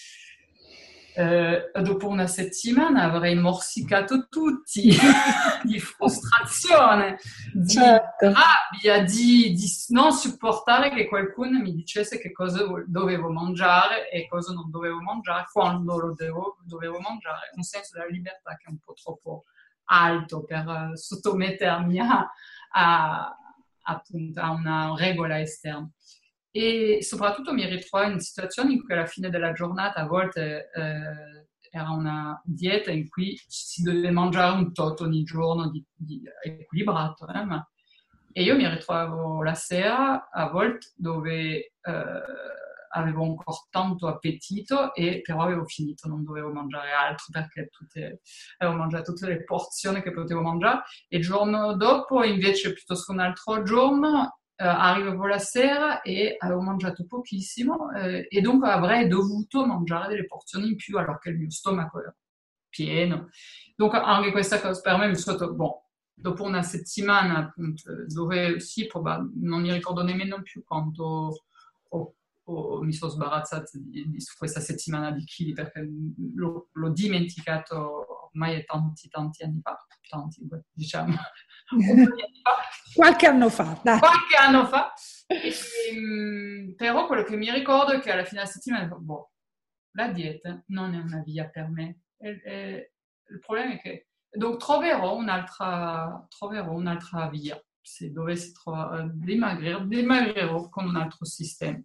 Eh, dopo una settimana avrei morsicato tutti di frustrazione, di Certo. rabbia, di, di non supportare che qualcuno mi dicesse che cosa dovevo mangiare e cosa non dovevo mangiare, quando lo devo, dovevo mangiare, un senso della libertà che è un po' troppo alto per uh, sottomettermi a, a, appunto, a una regola esterna. E soprattutto mi ritrovo in situazioni in cui alla fine della giornata a volte eh, era una dieta in cui si doveva mangiare un tot ogni giorno di, di equilibrato, eh, ma... e io mi ritrovavo la sera a volte dove eh, avevo ancora tanto appetito e però avevo finito, non dovevo mangiare altro perché tutte, avevo mangiato tutte le porzioni che potevo mangiare e il giorno dopo invece piuttosto che un altro giorno Uh, arrivavo la sera e avevo mangiato pochissimo eh, e dunque avrei dovuto mangiare delle porzioni in più allora che il mio stomaco era pieno. Dunque anche questa cosa per me mi sono detto, bon, dopo una settimana appunto, dove sì, probab- non mi ricordo nemmeno più quanto ho, ho, mi sono sbarazzata di, di questa settimana di chili perché l'ho, l'ho dimenticato ormai è tanti tanti anni fa, tanti diciamo Qualche anno fa, dai. Qualche anno fa. E, però quello che mi ricordo è che alla fine della settimana, boh, la dieta non è una via per me. E, e, il problema è che donc troverò un'altra, troverò un'altra via. Se dovessi trovare, dimagrire, dimagrirò con un altro sistema.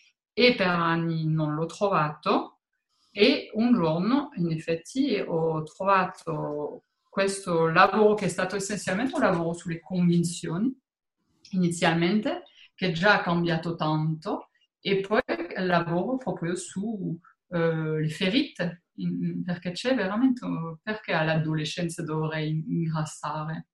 E per anni non l'ho trovato e un giorno in effetti ho trovato questo lavoro che è stato essenzialmente un lavoro sulle convinzioni inizialmente, che già ha cambiato tanto, e poi il lavoro proprio su Uh, le ferite, in, perché c'è veramente, perché all'adolescenza dovrei ingrassare.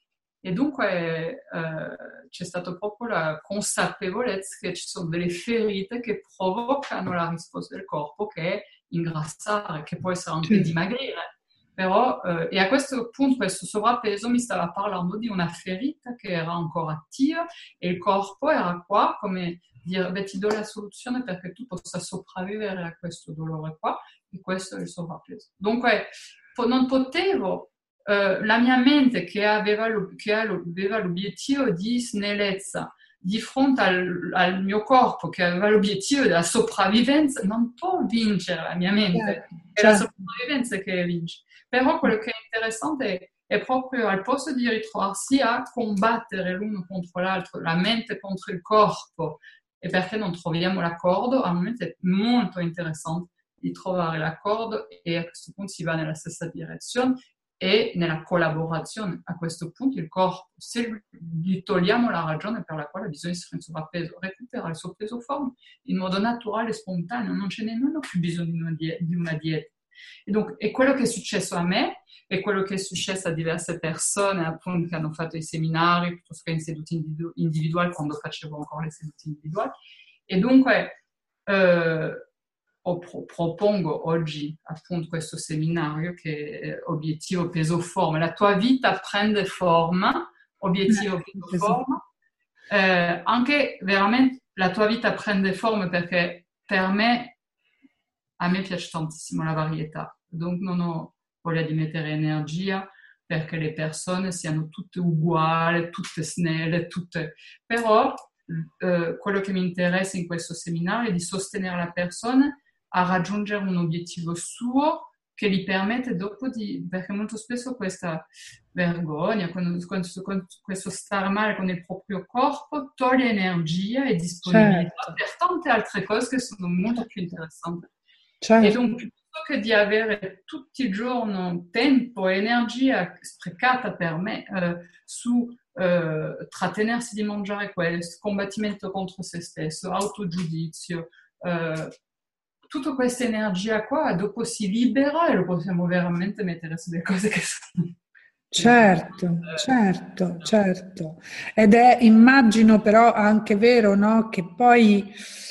E dunque uh, c'è stata proprio la consapevolezza che ci sono delle ferite che provocano la risposta del corpo, che è ingrassare, che può essere anche sì. dimagrire. Però, uh, e a questo punto questo sovrappeso mi stava parlando di una ferita che era ancora attiva e il corpo era qua come dire, beh, ti do la soluzione perché tu possa sopravvivere a questo dolore qua, e questo è il sovrappeso. Dunque, non potevo, eh, la mia mente che aveva, che aveva l'obiettivo di snellezza di fronte al, al mio corpo che aveva l'obiettivo della sopravvivenza, non può vincere la mia mente, yeah, è certo. La sopravvivenza che vince. Però quello che è interessante è è proprio al posto di ritrovarsi a combattere l'uno contro l'altro, la mente contro il corpo, e perché non troviamo l'accordo, a un momento è molto interessante di trovare l'accordo e a questo punto si va nella stessa direzione e nella collaborazione. A questo punto il corpo, se gli togliamo la ragione per la quale bisogna essere in sovrappeso, recupera il suo peso forme in modo naturale e spontaneo, non c'è nemmeno più bisogno di una, die- di una dieta. E donc, è quello che è successo a me, è quello che è successo a diverse persone appunto che hanno fatto i seminari piuttosto che in sedute individu- individuali quando facevo ancora le sedute individuali. E dunque eh, ho, pro- propongo oggi appunto questo seminario che è obiettivo peso forma. La tua vita prende forma, obiettivo peso forma. Eh, anche veramente la tua vita prende forma perché per me a me piace tantissimo la varietà, donc non ho voglia di mettere energia perché le persone siano tutte uguali, tutte snelle, tutte... Però eh, quello che mi interessa in questo seminario è di sostenere la persona a raggiungere un obiettivo suo che gli permette dopo di... perché molto spesso questa vergogna, questo, questo star male con il proprio corpo toglie energia e disponibilità certo. per tante altre cose che sono molto più interessanti. Certo. E donc, piuttosto che di avere tutti i giorni tempo e energia sprecata per me eh, su eh, trattenersi di mangiare questo, combattimento contro se stesso, autogiudizio, eh, tutta questa energia qua dopo si libera e lo possiamo veramente mettere su delle cose che sono... Certo, certo, certo. Ed è, immagino però anche vero, no, che poi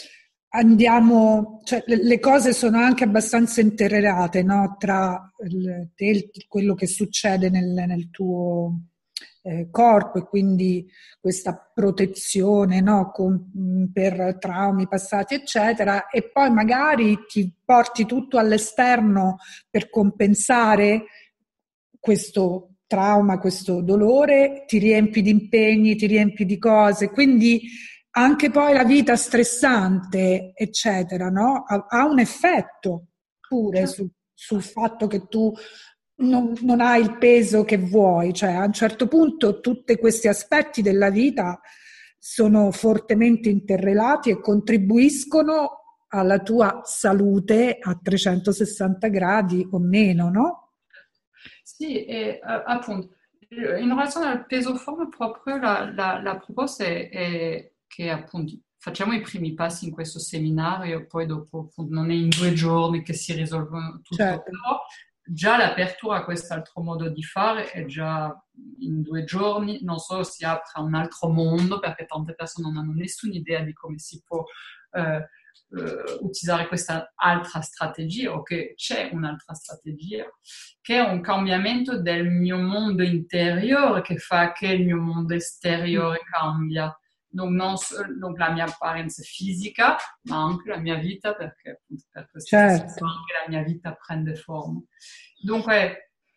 andiamo, cioè le, le cose sono anche abbastanza interrelate, no, tra il, te, quello che succede nel, nel tuo eh, corpo e quindi questa protezione, no, con, per traumi passati, eccetera, e poi magari ti porti tutto all'esterno per compensare questo trauma, questo dolore, ti riempi di impegni, ti riempi di cose, quindi anche poi la vita stressante, eccetera, no? Ha, ha un effetto pure su, sul fatto che tu non, non hai il peso che vuoi, cioè a un certo punto tutti questi aspetti della vita sono fortemente interrelati e contribuiscono alla tua salute a trecentosessanta gradi o meno, no? Sì, e uh, appunto, in relazione al peso forma proprio la, la, la proposta è, è che appunto facciamo i primi passi in questo seminario e poi dopo appunto, non è in due giorni che si risolvono tutto, certo. Però già l'apertura a quest'altro modo di fare è già in due giorni, non solo si apre a un altro mondo perché tante persone non hanno nessuna idea di come si può eh, Uh, utilizzare questa altra strategia o che c'è un'altra strategia che è un cambiamento del mio mondo interiore che fa che il mio mondo esteriore cambia, donc, non solo, donc la mia apparenza fisica ma anche la mia vita perché per questo certo. Anche la mia vita prende forma. Dunque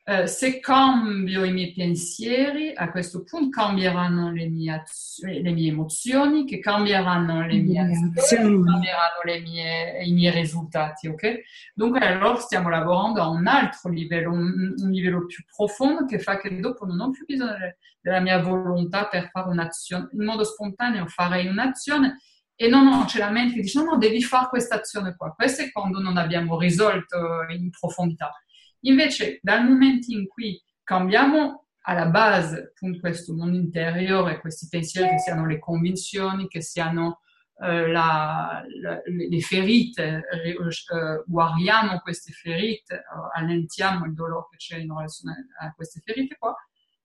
Eh, se cambio i miei pensieri, a questo punto cambieranno le mie, azioni, le mie emozioni, che cambieranno le mie azioni, che cambieranno le mie, i miei risultati, ok? Dunque allora stiamo lavorando a un altro livello, un, un livello più profondo che fa che dopo non ho più bisogno de, della mia volontà per fare un'azione. In modo spontaneo farei un'azione e non ho, c'è la mente che dice no, no, devi fare questa azione qua. Questo è quando non abbiamo risolto in profondità. Invece, dal momento in cui cambiamo alla base appunto questo mondo interiore, questi pensieri, che siano le convinzioni, che siano eh, la, la, le ferite, eh, guariamo queste ferite, eh, allentiamo il dolore che c'è in relazione a queste ferite qua,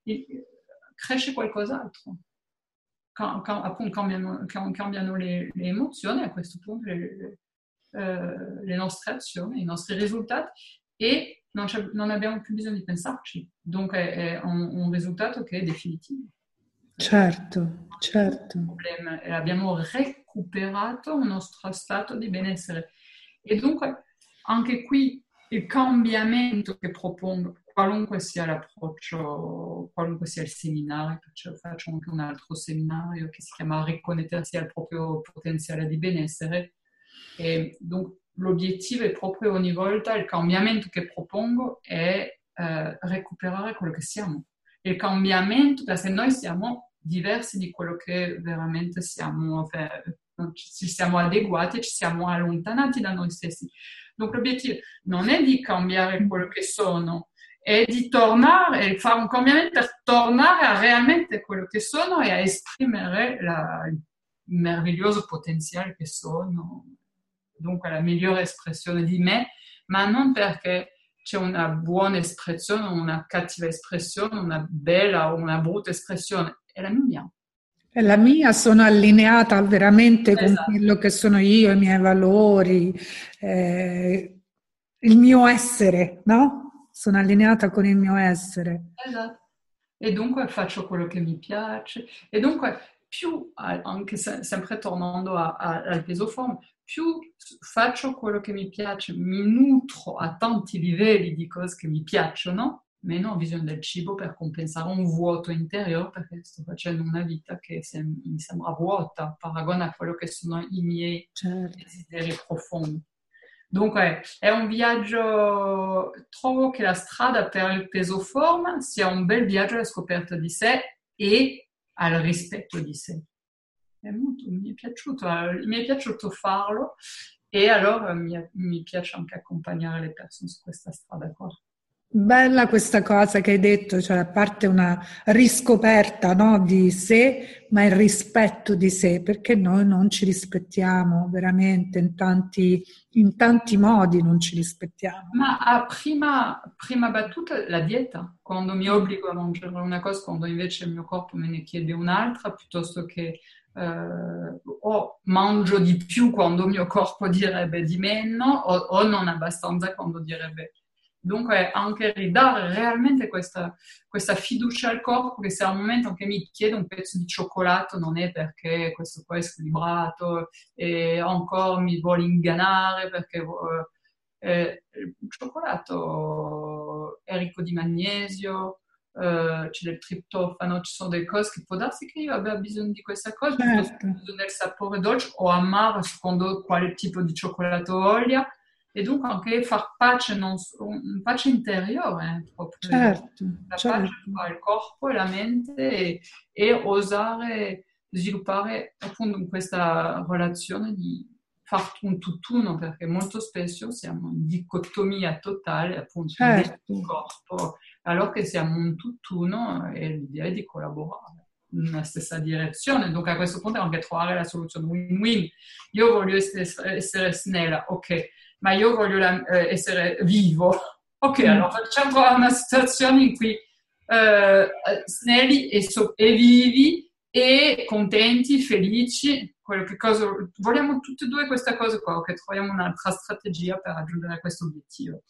cresce qualcos'altro. Quand, quand, appunto cambiano, cambiano le, le emozioni, a questo punto le, le, le nostre azioni, i nostri risultati, e non, non abbiamo più bisogno di pensarci. Dunque è un, un risultato che è definitivo. Certo, certo. Problema. E abbiamo recuperato un nostro stato di benessere. E dunque anche qui il cambiamento che propongo, qualunque sia l'approccio, qualunque sia il seminario, faccio anche un altro seminario che si chiama Riconnettersi al proprio potenziale di benessere. E donc, l'obiettivo è proprio ogni volta il cambiamento che propongo è eh, recuperare quello che siamo. Il cambiamento, perché noi siamo diversi di quello che veramente siamo, cioè, ci siamo adeguati e ci siamo allontanati da noi stessi. Donc l'obiettivo non è di cambiare quello che sono, è di tornare e fare un cambiamento per tornare a realmente quello che sono e a esprimere la, il meraviglioso potenziale che sono. Dunque la migliore espressione di me, ma non perché c'è una buona espressione o una cattiva espressione, una bella o una brutta espressione, è la mia. È la mia, sono allineata veramente con Esatto. quello che sono io, i miei valori, eh, il mio essere, no? Sono allineata con il mio essere. Esatto. E dunque faccio quello che mi piace. E dunque più, anche se, sempre tornando a, a, al peso forma, più faccio quello che mi piace, mi nutro a tanti livelli di cose che mi piacciono, meno ho bisogno del cibo per compensare un vuoto interiore, perché sto facendo una vita che sem- mi sembra vuota, paragone a quello che sono i miei Certo. desideri profondi. Dunque è un viaggio, trovo che la strada per il peso forma sia un bel viaggio alla scoperta di sé e al rispetto di sé. È molto, mi è piaciuto, mi è piaciuto farlo e allora mi, mi piace anche accompagnare le persone su questa strada qua. Bella questa cosa che hai detto, cioè a parte una riscoperta, no, di sé, ma il rispetto di sé, perché noi non ci rispettiamo veramente in tanti, in tanti modi, non ci rispettiamo. Ma a prima, prima battuta la dieta, quando mi obbligo a mangiare una cosa, quando invece il mio corpo me ne chiede un'altra, piuttosto che eh, o mangio di più quando il mio corpo direbbe di meno, o, o non abbastanza quando direbbe. Dunque anche ridare realmente questa, questa fiducia al corpo, che se a un momento che mi chiede un pezzo di cioccolato non è perché questo qua è squilibrato e ancora mi vuole ingannare perché eh, il cioccolato è ricco di magnesio, eh, c'è del triptofano, ci sono delle cose che può darsi che io abbia bisogno di questa cosa, piuttosto che del sapore dolce o amaro secondo quale tipo di cioccolato voglia. E dunque anche far pace, non, un pace interiore, proprio Certo, la certo. pace tra il corpo e la mente e, e osare sviluppare appunto questa relazione di fare un tutt'uno, perché molto spesso siamo in dicotomia totale appunto Certo. nel corpo, allora che siamo un tutt'uno e l'idea è di collaborare nella stessa direzione. Dunque a questo punto anche trovare la soluzione win-win. Io voglio essere, essere snella, ok, ma io voglio la, eh, essere vivo. Ok, mm. allora facciamo una situazione in cui eh, snelli e, so- e vivi e contenti, felici, quello che cosa, vogliamo tutte e due queste cose qua, ok, troviamo un'altra strategia per raggiungere questo obiettivo.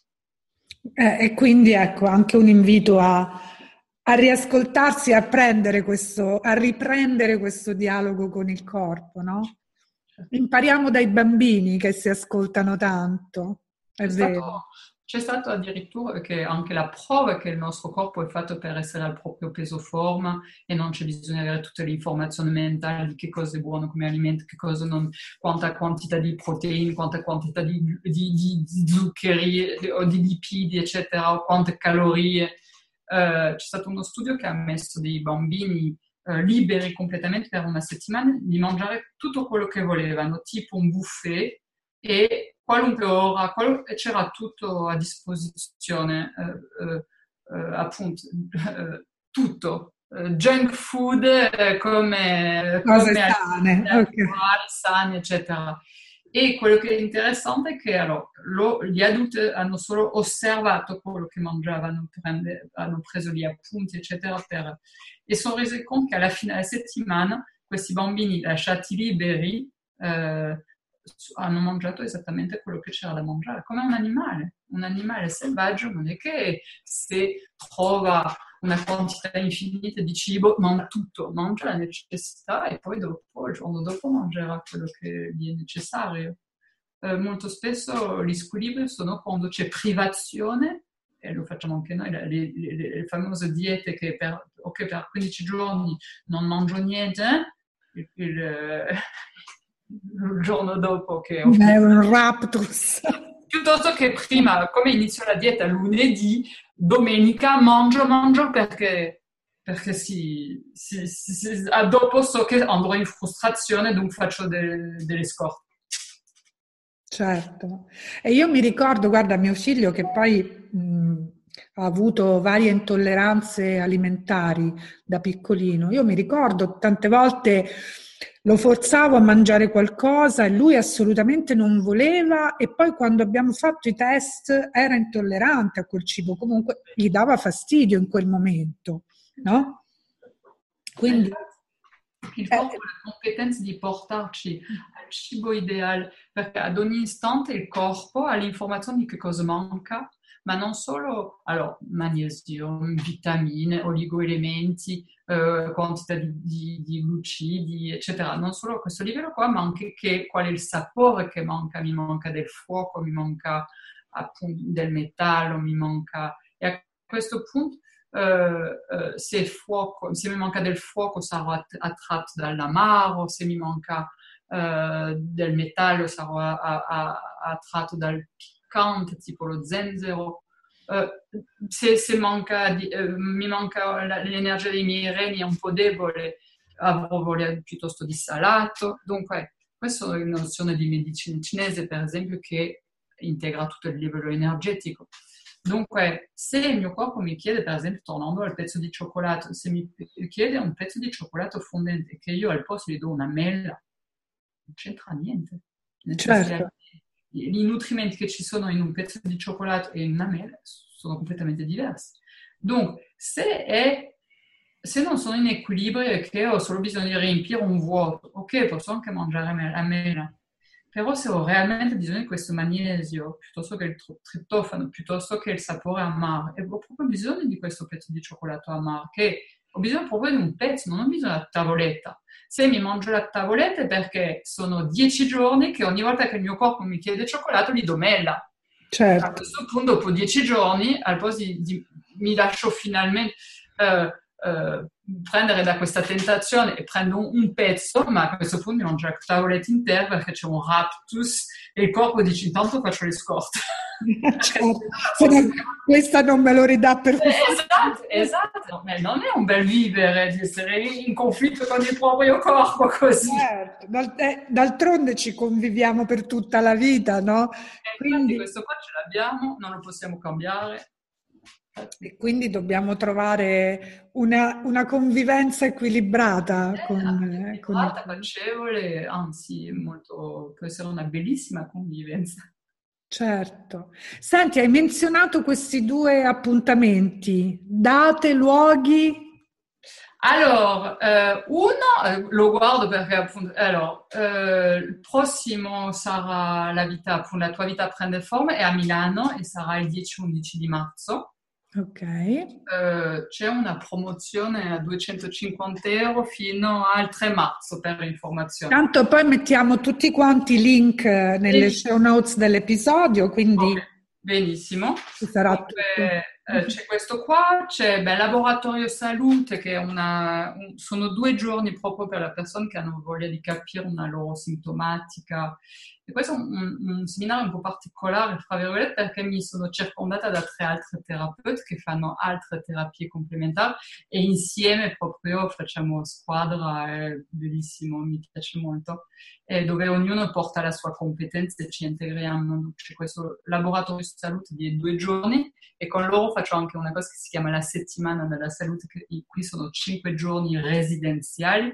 Eh, e quindi ecco anche un invito a, a riascoltarsi, a prendere questo, a riprendere questo dialogo con il corpo, no? Impariamo dai bambini che si ascoltano tanto, è C'è vero. Stato, c'è stato addirittura che anche la prova che il nostro corpo è fatto per essere al proprio peso forma e non c'è bisogno di avere tutte le informazioni mentali di che cosa è buono come alimento, che cosa non, quanta quantità di proteine, quanta quantità di, di, di, di zuccheri o di lipidi, eccetera, o quante calorie. Uh, c'è stato uno studio che ha messo dei bambini uh, liberi completamente per una settimana di mangiare tutto quello che volevano, tipo un buffet, e qualunque ora, qual- c'era tutto a disposizione, uh, uh, uh, appunto, uh, tutto, uh, junk food uh, come, Cose come sane, alimenti ok. sani, eccetera. E quello che è interessante è che allora, lo, gli adulti hanno solo osservato quello che mangiavano, prende, hanno preso gli appunti, eccetera, per, e sono resi conto che alla fine della settimana questi bambini lasciati liberi eh, hanno mangiato esattamente quello che c'era da mangiare, come un animale. Un animale selvaggio non è che se trova una quantità infinita di cibo, mangia tutto, mangia la necessità e poi dopo, il giorno dopo mangerà quello che gli è necessario. Eh, molto spesso gli squilibri sono quando c'è privazione, e lo facciamo anche noi, le, le, le, le famose diete che per, okay, per quindici giorni non mangio niente, eh? il, il, il giorno dopo che ho È un raptus. piuttosto che prima, come inizio la dieta lunedì, domenica mangio, mangio perché, perché si, si, si, si, dopo so che andrò in frustrazione, dunque faccio de, delle scorte. Certo. E io mi ricordo, guarda, mio figlio che poi mh, ha avuto varie intolleranze alimentari da piccolino. Io mi ricordo tante volte lo forzavo a mangiare qualcosa e lui assolutamente non voleva, e poi quando abbiamo fatto i test era intollerante a quel cibo, comunque gli dava fastidio in quel momento, no? Quindi il corpo ha la competenza di portarci al cibo ideale, perché ad ogni istante il corpo ha l'informazione di che cosa manca, ma non solo allora, magnesio, vitamine, oligoelementi, eh, quantità di, di, di glucidi, eccetera. Non solo a questo livello qua, ma anche che, qual è il sapore che manca. Mi manca del fuoco, mi manca appunto del metallo, mi manca... E a questo punto Uh, uh, se, fuoco, se mi manca del fuoco sarò attratto dall'amaro, se mi manca uh, del metallo sarò a, a, a, attratto dal piccante, tipo lo zenzero. Uh, se, se manca di, uh, mi manca la, l'energia dei miei reni è un po' debole, avrò voglia piuttosto di salato. Dunque, questa è una nozione di medicina cinese, per esempio, che integra tutto il livello energetico. Dunque, se il mio corpo mi chiede, per esempio, tornando al pezzo di cioccolato, se mi chiede un pezzo di cioccolato fondente che io al posto gli do una mela, non c'entra niente. certo. I nutrimenti che ci sono in un pezzo di cioccolato e in una mela sono completamente diversi. Dunque, se, è, se non sono in equilibrio e che ho solo bisogno di riempire un vuoto, ok, posso anche mangiare la mela. Però se ho realmente bisogno di questo magnesio, piuttosto che il triptofano, piuttosto che il sapore amaro, e ho proprio bisogno di questo pezzo di cioccolato amaro, che ho bisogno proprio di un pezzo, non ho bisogno della tavoletta. Se mi mangio la tavoletta è perché sono dieci giorni che ogni volta che il mio corpo mi chiede cioccolato gli do mela. Certo. A questo punto, dopo dieci giorni, al posto di, di mi lascio finalmente... Uh, Uh, prendere da questa tentazione e prendo un, un pezzo, ma a questo punto mi mangio la tavoletta intera perché c'è un raptus e il corpo dice intanto faccio le scorte. Certo. Non, questa non me lo ridà per esatto, esatto, ma non è un bel vivere di essere in conflitto con il proprio corpo così. Certo. D'altronde ci conviviamo per tutta la vita, no? E quindi questo qua ce l'abbiamo, non lo possiamo cambiare. E quindi dobbiamo trovare una, una convivenza equilibrata Eh, con, equilibrata, con il... piacevole, anzi molto, può essere una bellissima convivenza. Certo. Senti, hai menzionato questi due appuntamenti, date, luoghi? Allora, eh, uno lo guardo perché appunto, allora, eh, il prossimo sarà la vita, appunto, la tua vita prende forma, è a Milano e sarà il dieci undici di marzo. Ok. Uh, c'è una promozione a duecentocinquanta euro fino al tre marzo per informazioni. Tanto poi mettiamo tutti quanti i link nelle e... show notes dell'episodio, quindi okay. Benissimo. Ci sarà Dunque, tutto. eh, c'è questo qua, c'è beh, Laboratorio Salute, che è una, un- sono due giorni proprio per le persone che hanno voglia di capire una loro sintomatica. E questo è un, un- un seminario un po' particolare, fra virgolette, perché mi sono circondata da tre altre terapeute che fanno altre terapie complementari e insieme proprio facciamo squadra, è bellissimo, mi piace molto, e dove ognuno porta la sua competenza e ci integriamo. C'è questo laboratorio di salute di due giorni e con loro faccio anche una cosa che si chiama la settimana della salute, che qui sono cinque giorni residenziali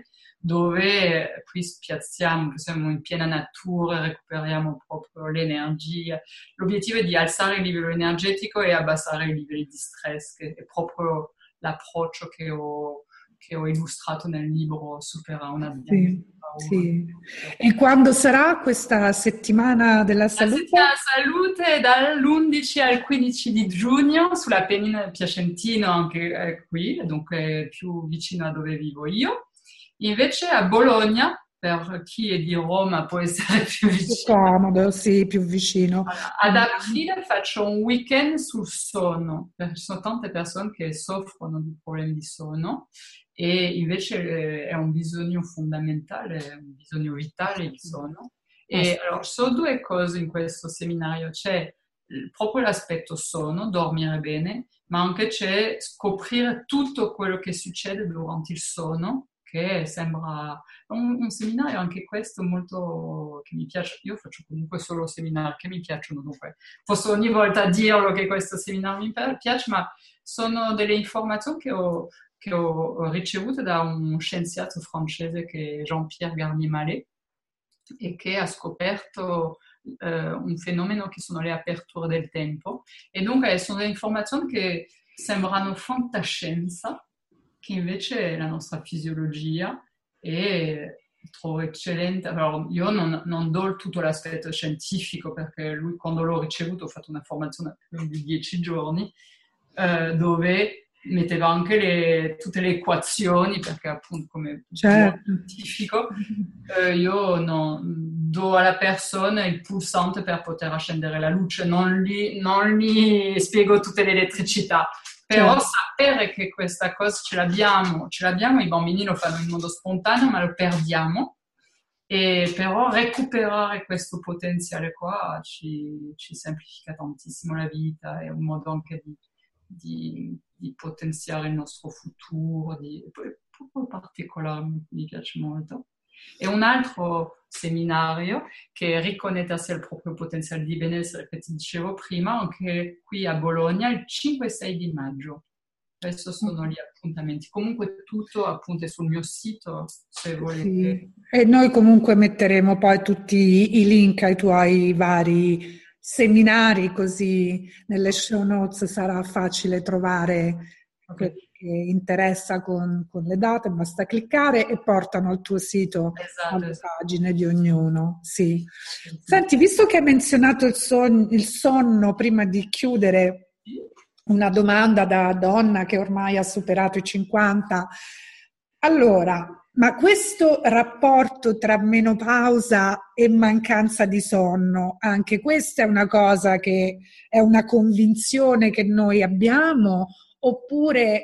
dove qui spiazziamo, siamo in piena natura, recuperiamo proprio l'energia. L'obiettivo è di alzare il livello energetico e abbassare i livelli di stress, che è proprio l'approccio che ho, che ho illustrato nel libro Supera una Sì, paura. sì. E quando sarà questa settimana della La salute? settimana salute è dall'undici al quindici di giugno sulla penisola del Piacentino, anche eh, qui, dunque più vicino a dove vivo io. Invece a Bologna, per chi è di Roma può essere più Più vicino. comodo, sì, più vicino. Ad aprile faccio un weekend sul sonno, perché ci sono tante persone che soffrono di problemi di sonno e invece eh, è un bisogno fondamentale, è un bisogno vitale il sonno. E allora, ci sono due cose in questo seminario, c'è proprio l'aspetto sonno, dormire bene, ma anche c'è scoprire tutto quello che succede durante il sonno, che sembra un, un seminario anche questo molto che mi piace. Io faccio comunque solo seminari che mi piacciono, dunque posso ogni volta dirlo che questo seminario mi piace, ma sono delle informazioni che ho, che ho ricevute da un scienziato francese che è Jean-Pierre Garnier-Mallet e che ha scoperto eh, un fenomeno che sono le aperture del tempo e dunque sono delle informazioni che sembrano fantascienza, che invece è la nostra fisiologia e trovo eccellente. Allora, io non, non do tutto l'aspetto scientifico perché lui quando l'ho ricevuto ho fatto una formazione di dieci giorni eh, dove metteva anche le, tutte le equazioni perché appunto come Certo. scientifico eh, io no, do alla persona il pulsante per poter accendere la luce, non gli, non gli spiego tutte le elettricità. Però Certo. sapere che questa cosa ce l'abbiamo, ce l'abbiamo, i bambini lo fanno in modo spontaneo, ma lo perdiamo. E però recuperare questo potenziale qua ci, ci semplifica tantissimo la vita, è un modo anche di, di, di potenziare il nostro futuro, di, è proprio particolare, mi piace molto. E un altro seminario che è riconnettersi al proprio potenziale di benessere che ti dicevo prima, anche qui a Bologna, il cinque e sei di maggio. Questi sono gli appuntamenti. Comunque tutto appunto è sul mio sito, se volete. Sì. E noi comunque metteremo poi tutti i link ai tuoi vari seminari, così nelle show notes sarà facile trovare Okay. quello che interessa con, con le date, basta cliccare e portano al tuo sito, Esatto, alle esatto. pagine di ognuno. Sì. Sì. Senti, visto che hai menzionato il, son- il sonno prima di chiudere, una domanda da donna che ormai ha superato i cinquanta. Allora, ma questo rapporto tra menopausa e mancanza di sonno, anche questa è una cosa che è una convinzione che noi abbiamo, oppure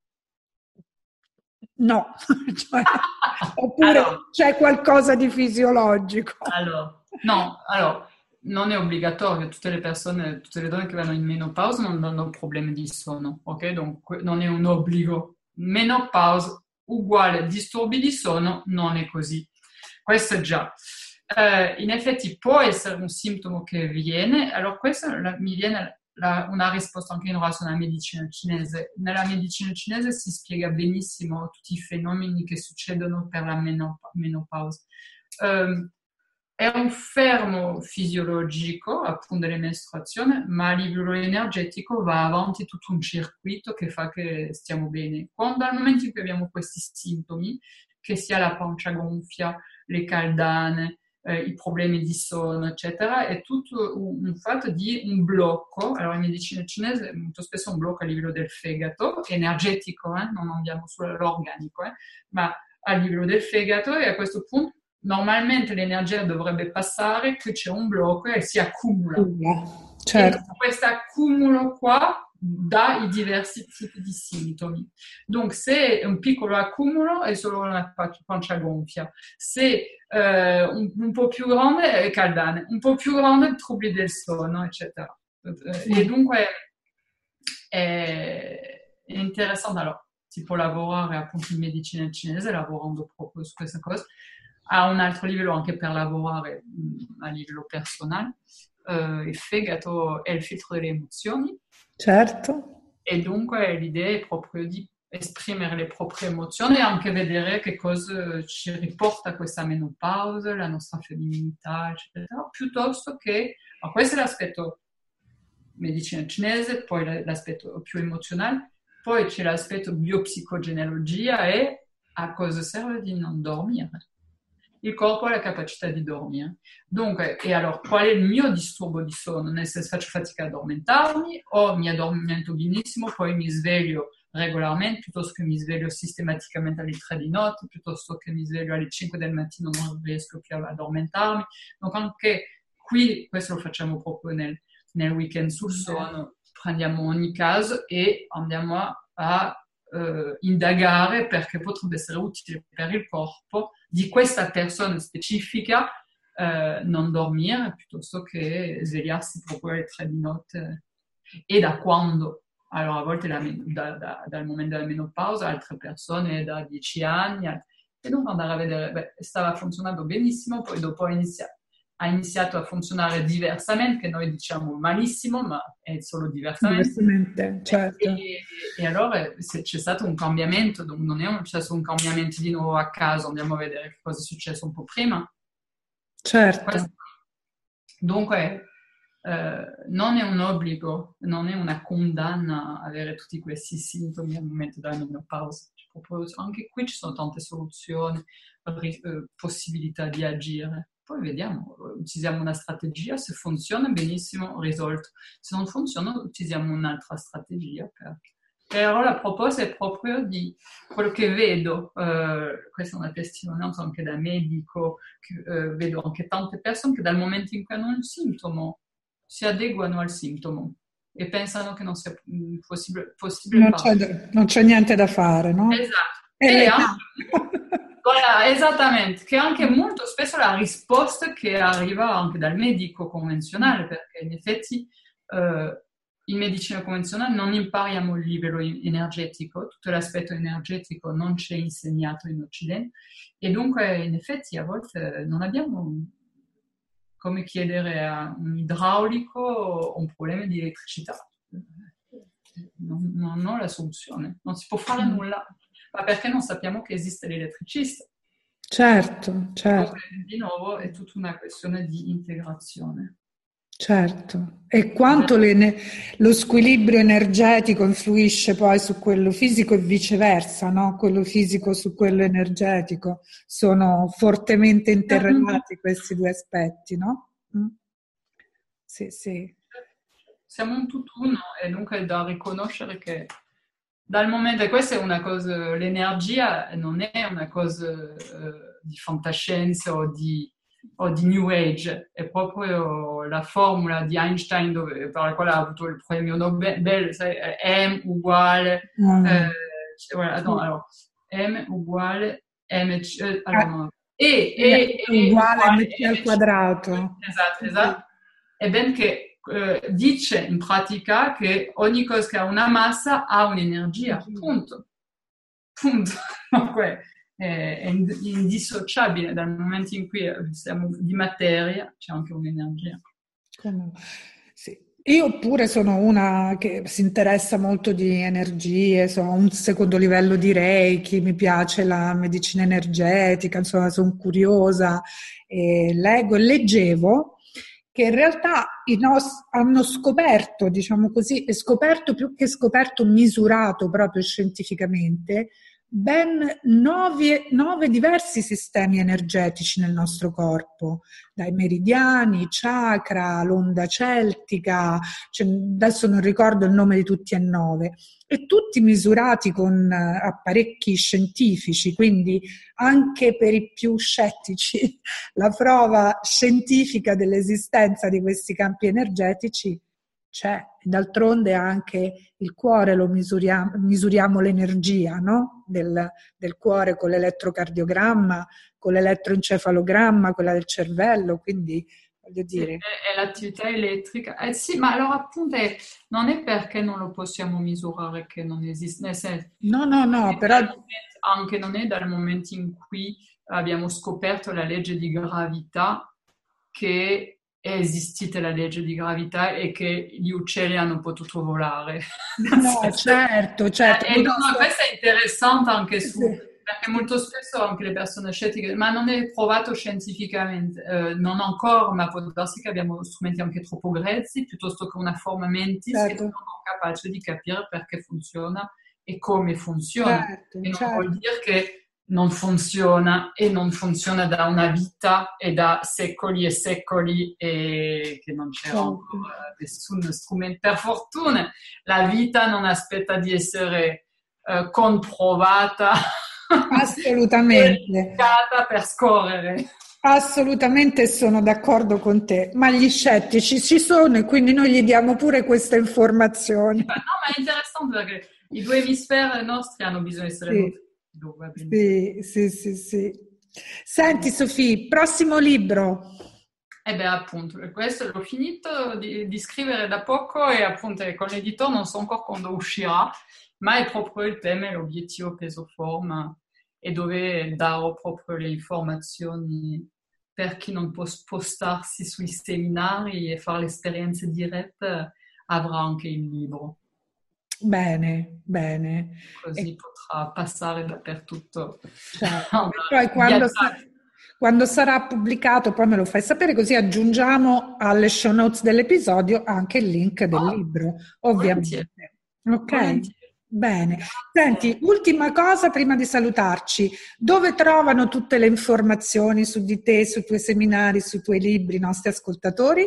no? Cioè, oppure Allora, c'è qualcosa di fisiologico? allora, no, allora, non è obbligatorio, tutte le persone, tutte le donne che vanno in menopausa non hanno problemi di sonno, ok? Dunque non è un obbligo. Menopausa uguale disturbi di sonno, non è così. Questo è già. Eh, in effetti può essere un sintomo che viene, allora questa la- mi viene la- una risposta anche in relazione alla medicina cinese. Nella medicina cinese si spiega benissimo tutti i fenomeni che succedono per la menop- menopausa. Eh, è un fermo fisiologico, appunto, delle mestruazioni, ma a livello energetico va avanti tutto un circuito che fa che stiamo bene. Quando al momento in cui abbiamo questi sintomi, che sia la pancia gonfia, le caldane, eh, i problemi di sonno, eccetera, è tutto un, un fatto di un blocco. Allora, in medicina cinese molto spesso un blocco a livello del fegato, energetico, eh? Non andiamo sull'organico, eh? Ma a livello del fegato e a questo punto normalmente l'energia dovrebbe passare, qui c'è un blocco e si accumula. Certo. E questo accumulo qua dà i diversi tipi di sintomi. Donc, se è un piccolo accumulo è solo una pancia gonfia, se eh, un, un po' più grande è caldane, un po' più grande trouble del sonno, eccetera. E dunque è, è interessante. Allora, si può lavorare appunto in medicina cinese lavorando proprio su questa cosa, a un altro livello anche per lavorare a livello personale. Uh, il fegato è il filtro delle emozioni. Certo. E dunque l'idea è proprio di esprimere le proprie emozioni e anche vedere che cosa ci riporta questa menopausa, la nostra femminilità, eccetera, piuttosto che, ma questo è l'aspetto medicina cinese, poi l'aspetto più emozionale, poi c'è l'aspetto biopsicogenealogia e a cosa serve di non dormire. Il corpo ha la capacità di dormire. Dunque, e allora, qual è il mio disturbo di sonno? Nel senso, faccio fatica ad addormentarmi o mi addormento benissimo, poi mi sveglio regolarmente, piuttosto che mi sveglio sistematicamente alle tre di notte, piuttosto che mi sveglio alle cinque del mattino e non riesco più ad addormentarmi. Donc anche qui, questo lo facciamo proprio nel, nel weekend sul sonno, prendiamo ogni caso e andiamo a, a Uh, indagare perché potrebbe essere utile per il corpo di questa persona specifica uh, non dormire piuttosto che svegliarsi proprio alle tre di notte. E da quando? Allora a volte la, da, da, dal momento della menopausa, altre persone da dieci anni, e dunque andare a vedere, beh, stava funzionando benissimo, poi dopo inizia, ha iniziato a funzionare diversamente, che noi diciamo malissimo, ma è solo diversamente. Diversamente, certo. E, e allora se c'è stato un cambiamento, non è un, c'è stato un cambiamento di nuovo a caso, andiamo a vedere che cosa è successo un po' prima. Certo. Questo, dunque, eh, non è un obbligo, non è una condanna avere tutti questi sintomi al momento della menopausa. Anche qui ci sono tante soluzioni, eh, possibilità di agire. Poi vediamo, utilizziamo una strategia, se funziona benissimo, risolto. Se non funziona, utilizziamo un'altra strategia. Per... Però la proposta è proprio di quello che vedo, eh, questa è una testimonianza anche da medico, che, eh, vedo anche tante persone che dal momento in cui hanno un sintomo si adeguano al sintomo e pensano che non sia possibile, possibile non, c'è, non c'è niente da fare, no? Esatto. E e anche, voilà, esattamente, che anche molto spesso la risposta che arriva anche dal medico convenzionale, perché in effetti eh, in medicina convenzionale non impariamo il livello energetico, tutto l'aspetto energetico non ci è insegnato in Occidente e dunque in effetti a volte non abbiamo come chiedere a un idraulico un problema di elettricità. Non, non ho la soluzione, non si può fare nulla, ma perché non sappiamo che esiste l'elettricista. Certo, certo. Dunque, di nuovo è tutta una questione di integrazione. Certo, e quanto le, lo squilibrio energetico influisce poi su quello fisico e viceversa, no? Quello fisico su quello energetico, sono fortemente interrelati questi due aspetti, no? Mm. Sì, sì. Siamo un tutt'uno e dunque è da riconoscere che dal momento, e questa è una cosa, l'energia non è una cosa eh, di fantascienza o di o di New Age, è proprio la formula di Einstein dove, per la quale ha avuto il premio Nobel, sai, M uguale mm. eh, voilà, no, allora, M uguale mc eh, allora, no, E, e, e uguale mc al quadrato. Esatto, esatto. E ben che eh, dice in pratica che ogni cosa che ha una massa ha un'energia, punto. Punto. Dunque, è indissociabile dal momento in cui siamo di materia, c'è anche un'energia. Sì. Io pure sono una che si interessa molto di energie, so, un secondo livello di Reiki, mi piace la medicina energetica, insomma sono curiosa, e leggo e leggevo che in realtà i nos- hanno scoperto, diciamo così, e scoperto più che scoperto, misurato proprio scientificamente, ben nove, nove diversi sistemi energetici nel nostro corpo, dai meridiani, chakra, l'onda celtica, cioè, adesso non ricordo il nome di tutti e nove, e tutti misurati con apparecchi scientifici, quindi anche per i più scettici la prova scientifica dell'esistenza di questi campi energetici c'è. D'altronde anche il cuore lo misuriamo, misuriamo l'energia, no? del, del cuore con l'elettrocardiogramma, con l'elettroencefalogramma, quella del cervello, quindi voglio Sì, dire... è, è l'attività elettrica. Eh sì, ma allora appunto è- non è perché non lo possiamo misurare che non esiste, nel senso, No, no, non no, è però... dal momento- anche non è dal momento in cui abbiamo scoperto la legge di gravità che è esistita la legge di gravità e che gli uccelli hanno potuto volare. Nel No, senso- certo, certo. Eh, No, e no, no, no, sto- questo è interessante anche sì, su, sì, perché sì. molto spesso anche le persone scettiche, ma non è provato scientificamente, eh, non ancora, ma può darsi che abbiamo strumenti anche troppo grezzi, piuttosto che una forma mentis e non Certo, siamo capaci di capire perché funziona e come funziona. certo, E non vuol certo. dire che non funziona e non funziona da una vita e da secoli e secoli e che non c'era Certo. ancora nessun strumento. Per fortuna la vita non aspetta di essere eh, comprovata e Assolutamente, educata per scorrere. assolutamente sono d'accordo con te, ma gli scettici ci sono e quindi noi gli diamo pure questa informazione. No, ma è interessante perché i due emisferi nostri hanno bisogno di essere Sì, nutriti. Va bene. sì, sì, sì, sì. Senti Sofì, prossimo libro. E beh, appunto, per questo l'ho finito di, di scrivere da poco e appunto con l'editore non so ancora quando uscirà, ma è proprio il tema, è l'obiettivo peso forma e dove darò proprio le informazioni per chi non può spostarsi sui seminari e fare le esperienze dirette, avrà anche il libro, Bene, bene. così E, potrà passare dappertutto. certo. E poi quando, sa- Viaggiare. quando sarà pubblicato, poi me lo fai sapere, così aggiungiamo alle show notes dell'episodio anche il link del Oh, libro, volentieri, ovviamente. Ok? volentieri. Bene. Grazie. Senti, ultima cosa prima di salutarci. Dove trovano tutte le informazioni su di te, sui tuoi seminari, sui tuoi libri, i nostri ascoltatori?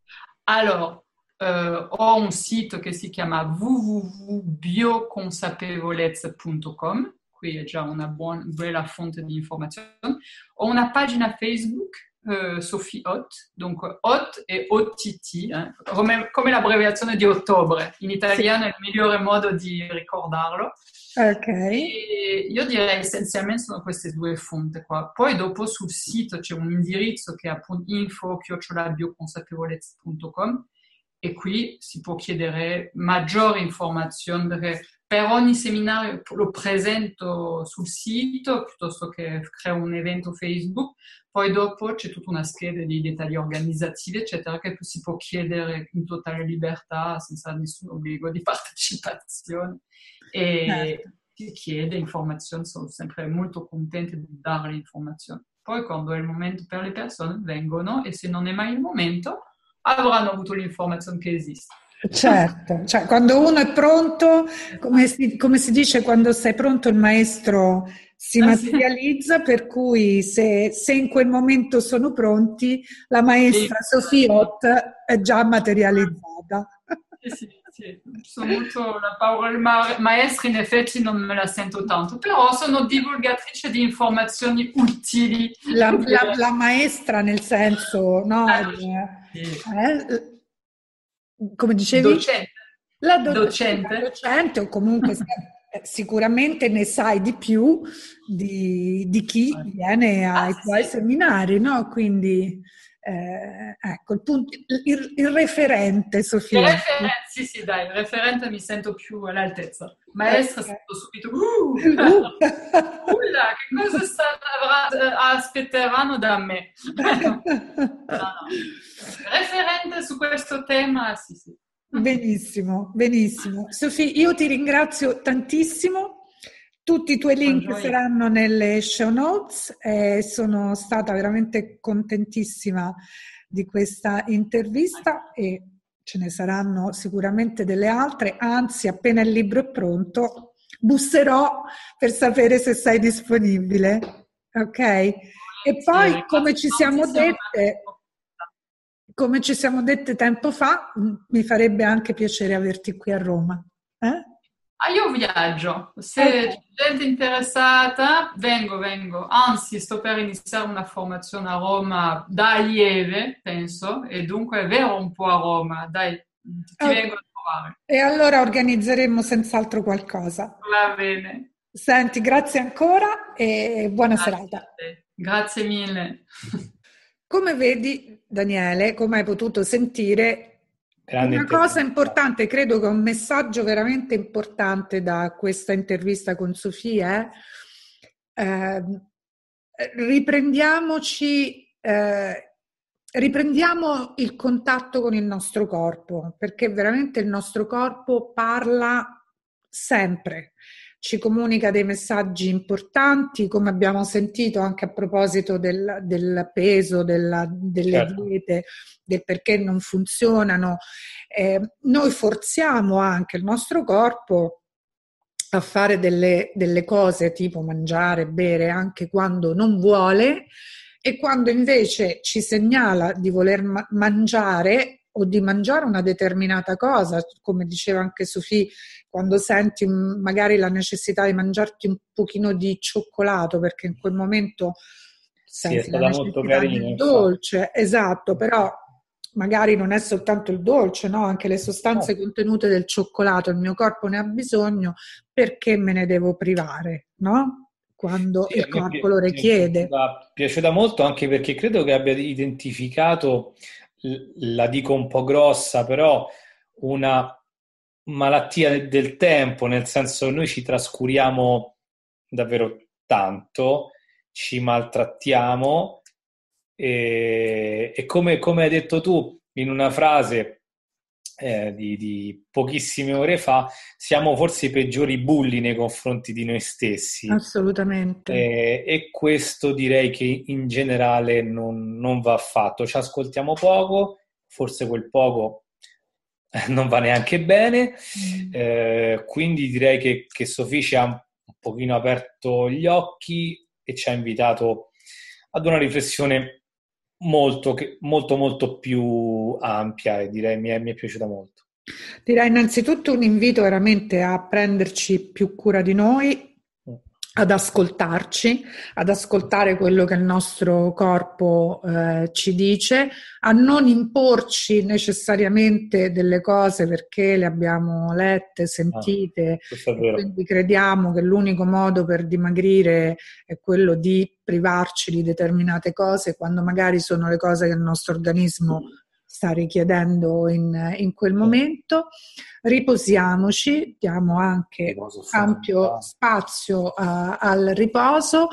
Alors, euh, ho un sito che si chiama w w w punto bioconsapevolezza punto com, qui è già una buona, bella fonte di informazioni. Ho una pagina Facebook, euh, Sophie Hott, donc Hott è O T T, eh, come, come l'abbreviazione di ottobre. In italiano è il migliore modo di ricordarlo. Ok. E io direi essenzialmente sono queste due fonti qua. Poi dopo sul sito c'è un indirizzo che è appunto info chiocciola bioconsapevolezza punto com e qui si può chiedere maggiori informazioni perché per ogni seminario lo presento sul sito piuttosto che creo un evento Facebook. Poi dopo c'è tutta una scheda di dettagli organizzativi, eccetera, che si può chiedere in totale libertà, senza nessun obbligo di partecipazione. E Certo. si chiede informazioni, sono sempre molto contenta di dare le informazioni. Poi quando è il momento per le persone vengono e se non è mai il momento avranno avuto l'informazione che esiste. Certo, cioè quando uno è pronto, come si, come si dice, quando sei pronto il maestro si Ah, sì. materializza, per cui se, se in quel momento sono pronti, la E- maestra Sophie Ott è già materializzata. Sì, sì, sì. Sono molto la parola ma- maestra, in effetti non me la sento tanto, però sono divulgatrice di informazioni utili. La, la- la maestra nel senso, no, La docente. eh, come dicevi? Docente. La, do- sì, la Docente. docente o comunque eh, sicuramente ne sai di più di, di chi viene Ah, ai tuoi sì, sì. seminari, no? Quindi eh, ecco il, punto, il, il referente, Il Sofia. referente, sì, sì, dai, il referente mi sento più all'altezza. Maestra, Ok. sento subito, uh, Uh. ulla, che cosa sta- avrà- aspetteranno da me? No, no. Referente su questo tema, sì, sì. Benissimo, benissimo. Sofì, io ti ringrazio tantissimo. Tutti i tuoi link Buongiorno. saranno nelle show notes. Eh, sono stata veramente contentissima di questa intervista e ce ne saranno sicuramente delle altre. Anzi, appena il libro è pronto, busserò per sapere se sei disponibile. Ok? E poi, come ci siamo dette, come ci siamo dette tempo fa, mi farebbe anche piacere averti qui a Roma. Eh? Ah, io viaggio, se Ok. c'è gente interessata, vengo, vengo. Anzi, sto per iniziare una formazione a Roma da allieve, penso, e dunque verrò un po' a Roma. Dai, Ti Oh. vengo a trovare. E allora organizzeremo senz'altro qualcosa. Va bene. Senti, grazie ancora e buona Grazie serata. a te. Grazie mille. Come vedi, Daniele, come hai potuto sentire, Grande una cosa intervista. importante, credo che un messaggio veramente importante da questa intervista con Sofia è eh, riprendiamoci, eh, riprendiamo il contatto con il nostro corpo, perché veramente il nostro corpo parla sempre. Ci comunica dei messaggi importanti, come abbiamo sentito anche a proposito del, del peso, della, delle Certo. diete, del perché non funzionano. Eh, noi forziamo anche il nostro corpo a fare delle, delle cose tipo mangiare, bere anche quando non vuole, e quando invece ci segnala di voler ma- mangiare o di mangiare una determinata cosa, come diceva anche Sofì, quando senti mm, magari la necessità di mangiarti un pochino di cioccolato perché in quel momento Sì, è senti la stata molto necessità carina, del infatti. dolce, esatto, però magari non è soltanto il dolce, no? Anche le sostanze No. contenute del cioccolato, il mio corpo ne ha bisogno, perché me ne devo privare, no? Quando Sì, a il me corpo pi- lo mi è richiede. piaciuta, piaciuta molto anche perché credo che abbia identificato, l- la dico un po' grossa, però una malattia del tempo, nel senso noi ci trascuriamo davvero tanto, ci maltrattiamo e, e come, come hai detto tu in una frase eh, di, di pochissime ore fa, siamo forse i peggiori bulli nei confronti di noi stessi. Assolutamente. Eh, e questo direi che in generale non, non va fatto. Ci ascoltiamo poco, forse quel poco non va neanche bene, Mm. eh, quindi direi che, che Sofì ci ha un pochino aperto gli occhi e ci ha invitato ad una riflessione molto, che- molto, molto più ampia e direi mi è, mi è piaciuta molto. Direi innanzitutto un invito veramente a prenderci più cura di noi, ad ascoltarci, ad ascoltare quello che il nostro corpo eh, ci dice, a non imporci necessariamente delle cose perché le abbiamo lette, sentite, Questo è e vero. quindi crediamo che l'unico modo per dimagrire è quello di privarci di determinate cose, quando magari sono le cose che il nostro organismo sta richiedendo in, in quel momento. Riposiamoci, diamo anche Riposo ampio fondamentale. spazio a- al riposo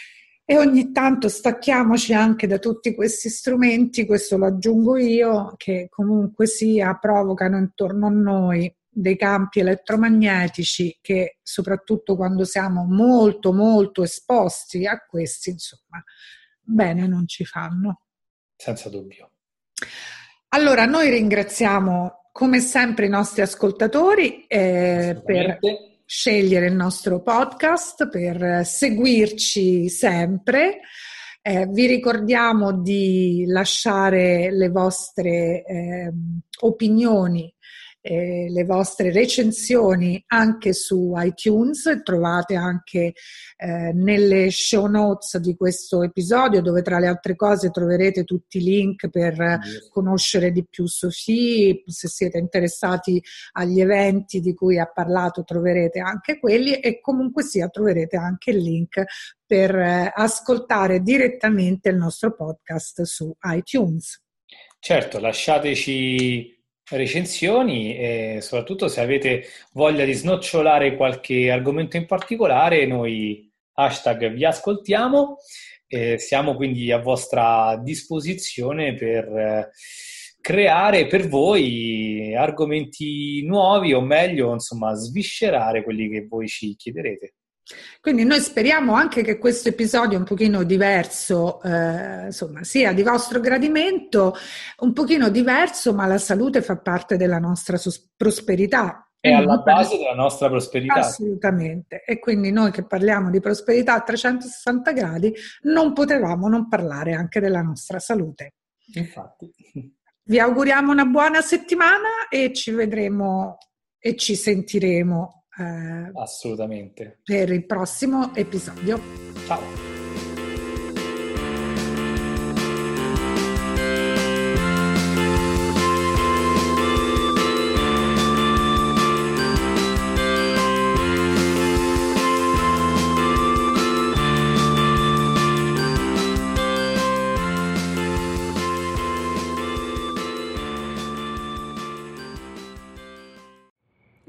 e ogni tanto stacchiamoci anche da tutti questi strumenti, questo lo aggiungo io, che comunque sia provocano intorno a noi dei campi elettromagnetici che soprattutto quando siamo molto molto esposti a questi, insomma, bene non ci fanno. Senza dubbio. Allora, noi ringraziamo come sempre i nostri ascoltatori eh, per Assolutamente. scegliere il nostro podcast, per seguirci sempre. Eh, vi ricordiamo di lasciare le vostre eh, opinioni, eh, le vostre recensioni anche su iTunes, trovate anche eh, nelle show notes di questo episodio, dove tra le altre cose troverete tutti i link per conoscere di più Sofì. Se siete interessati agli eventi di cui ha parlato troverete anche quelli, e comunque sia troverete anche il link per eh, ascoltare direttamente il nostro podcast su iTunes. Certo, lasciateci recensioni e soprattutto se avete voglia di snocciolare qualche argomento in particolare, noi hashtag vi ascoltiamo e siamo quindi a vostra disposizione per eh, creare per voi argomenti nuovi o meglio, insomma, sviscerare quelli che voi ci chiederete. Quindi noi speriamo anche che questo episodio un pochino diverso, eh, insomma, sia di vostro gradimento, un pochino diverso, ma la salute fa parte della nostra sos- prosperità. È E alla noi parli- base della nostra prosperità. Assolutamente. E quindi noi che parliamo di prosperità a trecentosessanta gradi non potevamo non parlare anche della nostra salute. Infatti. Vi auguriamo una buona settimana e ci vedremo e ci sentiremo eh, Assolutamente. per il prossimo episodio. Ciao.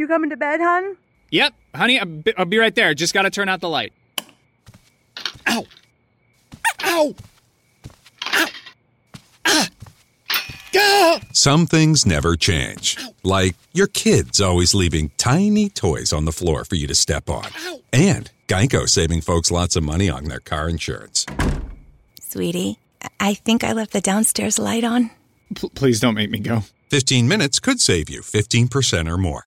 coming to bed, hon? Yep, honey, I'll be, I'll be right there. Just gotta turn out the light. Ow! Ow! Ow! Ah! Ah! Some things never change. Like your kids always leaving tiny toys on the floor for you to step on. And Geico saving folks lots of money on their car insurance. Sweetie, I think I left the downstairs light on. P- please don't make me go. fifteen minutes could save you fifteen percent or more.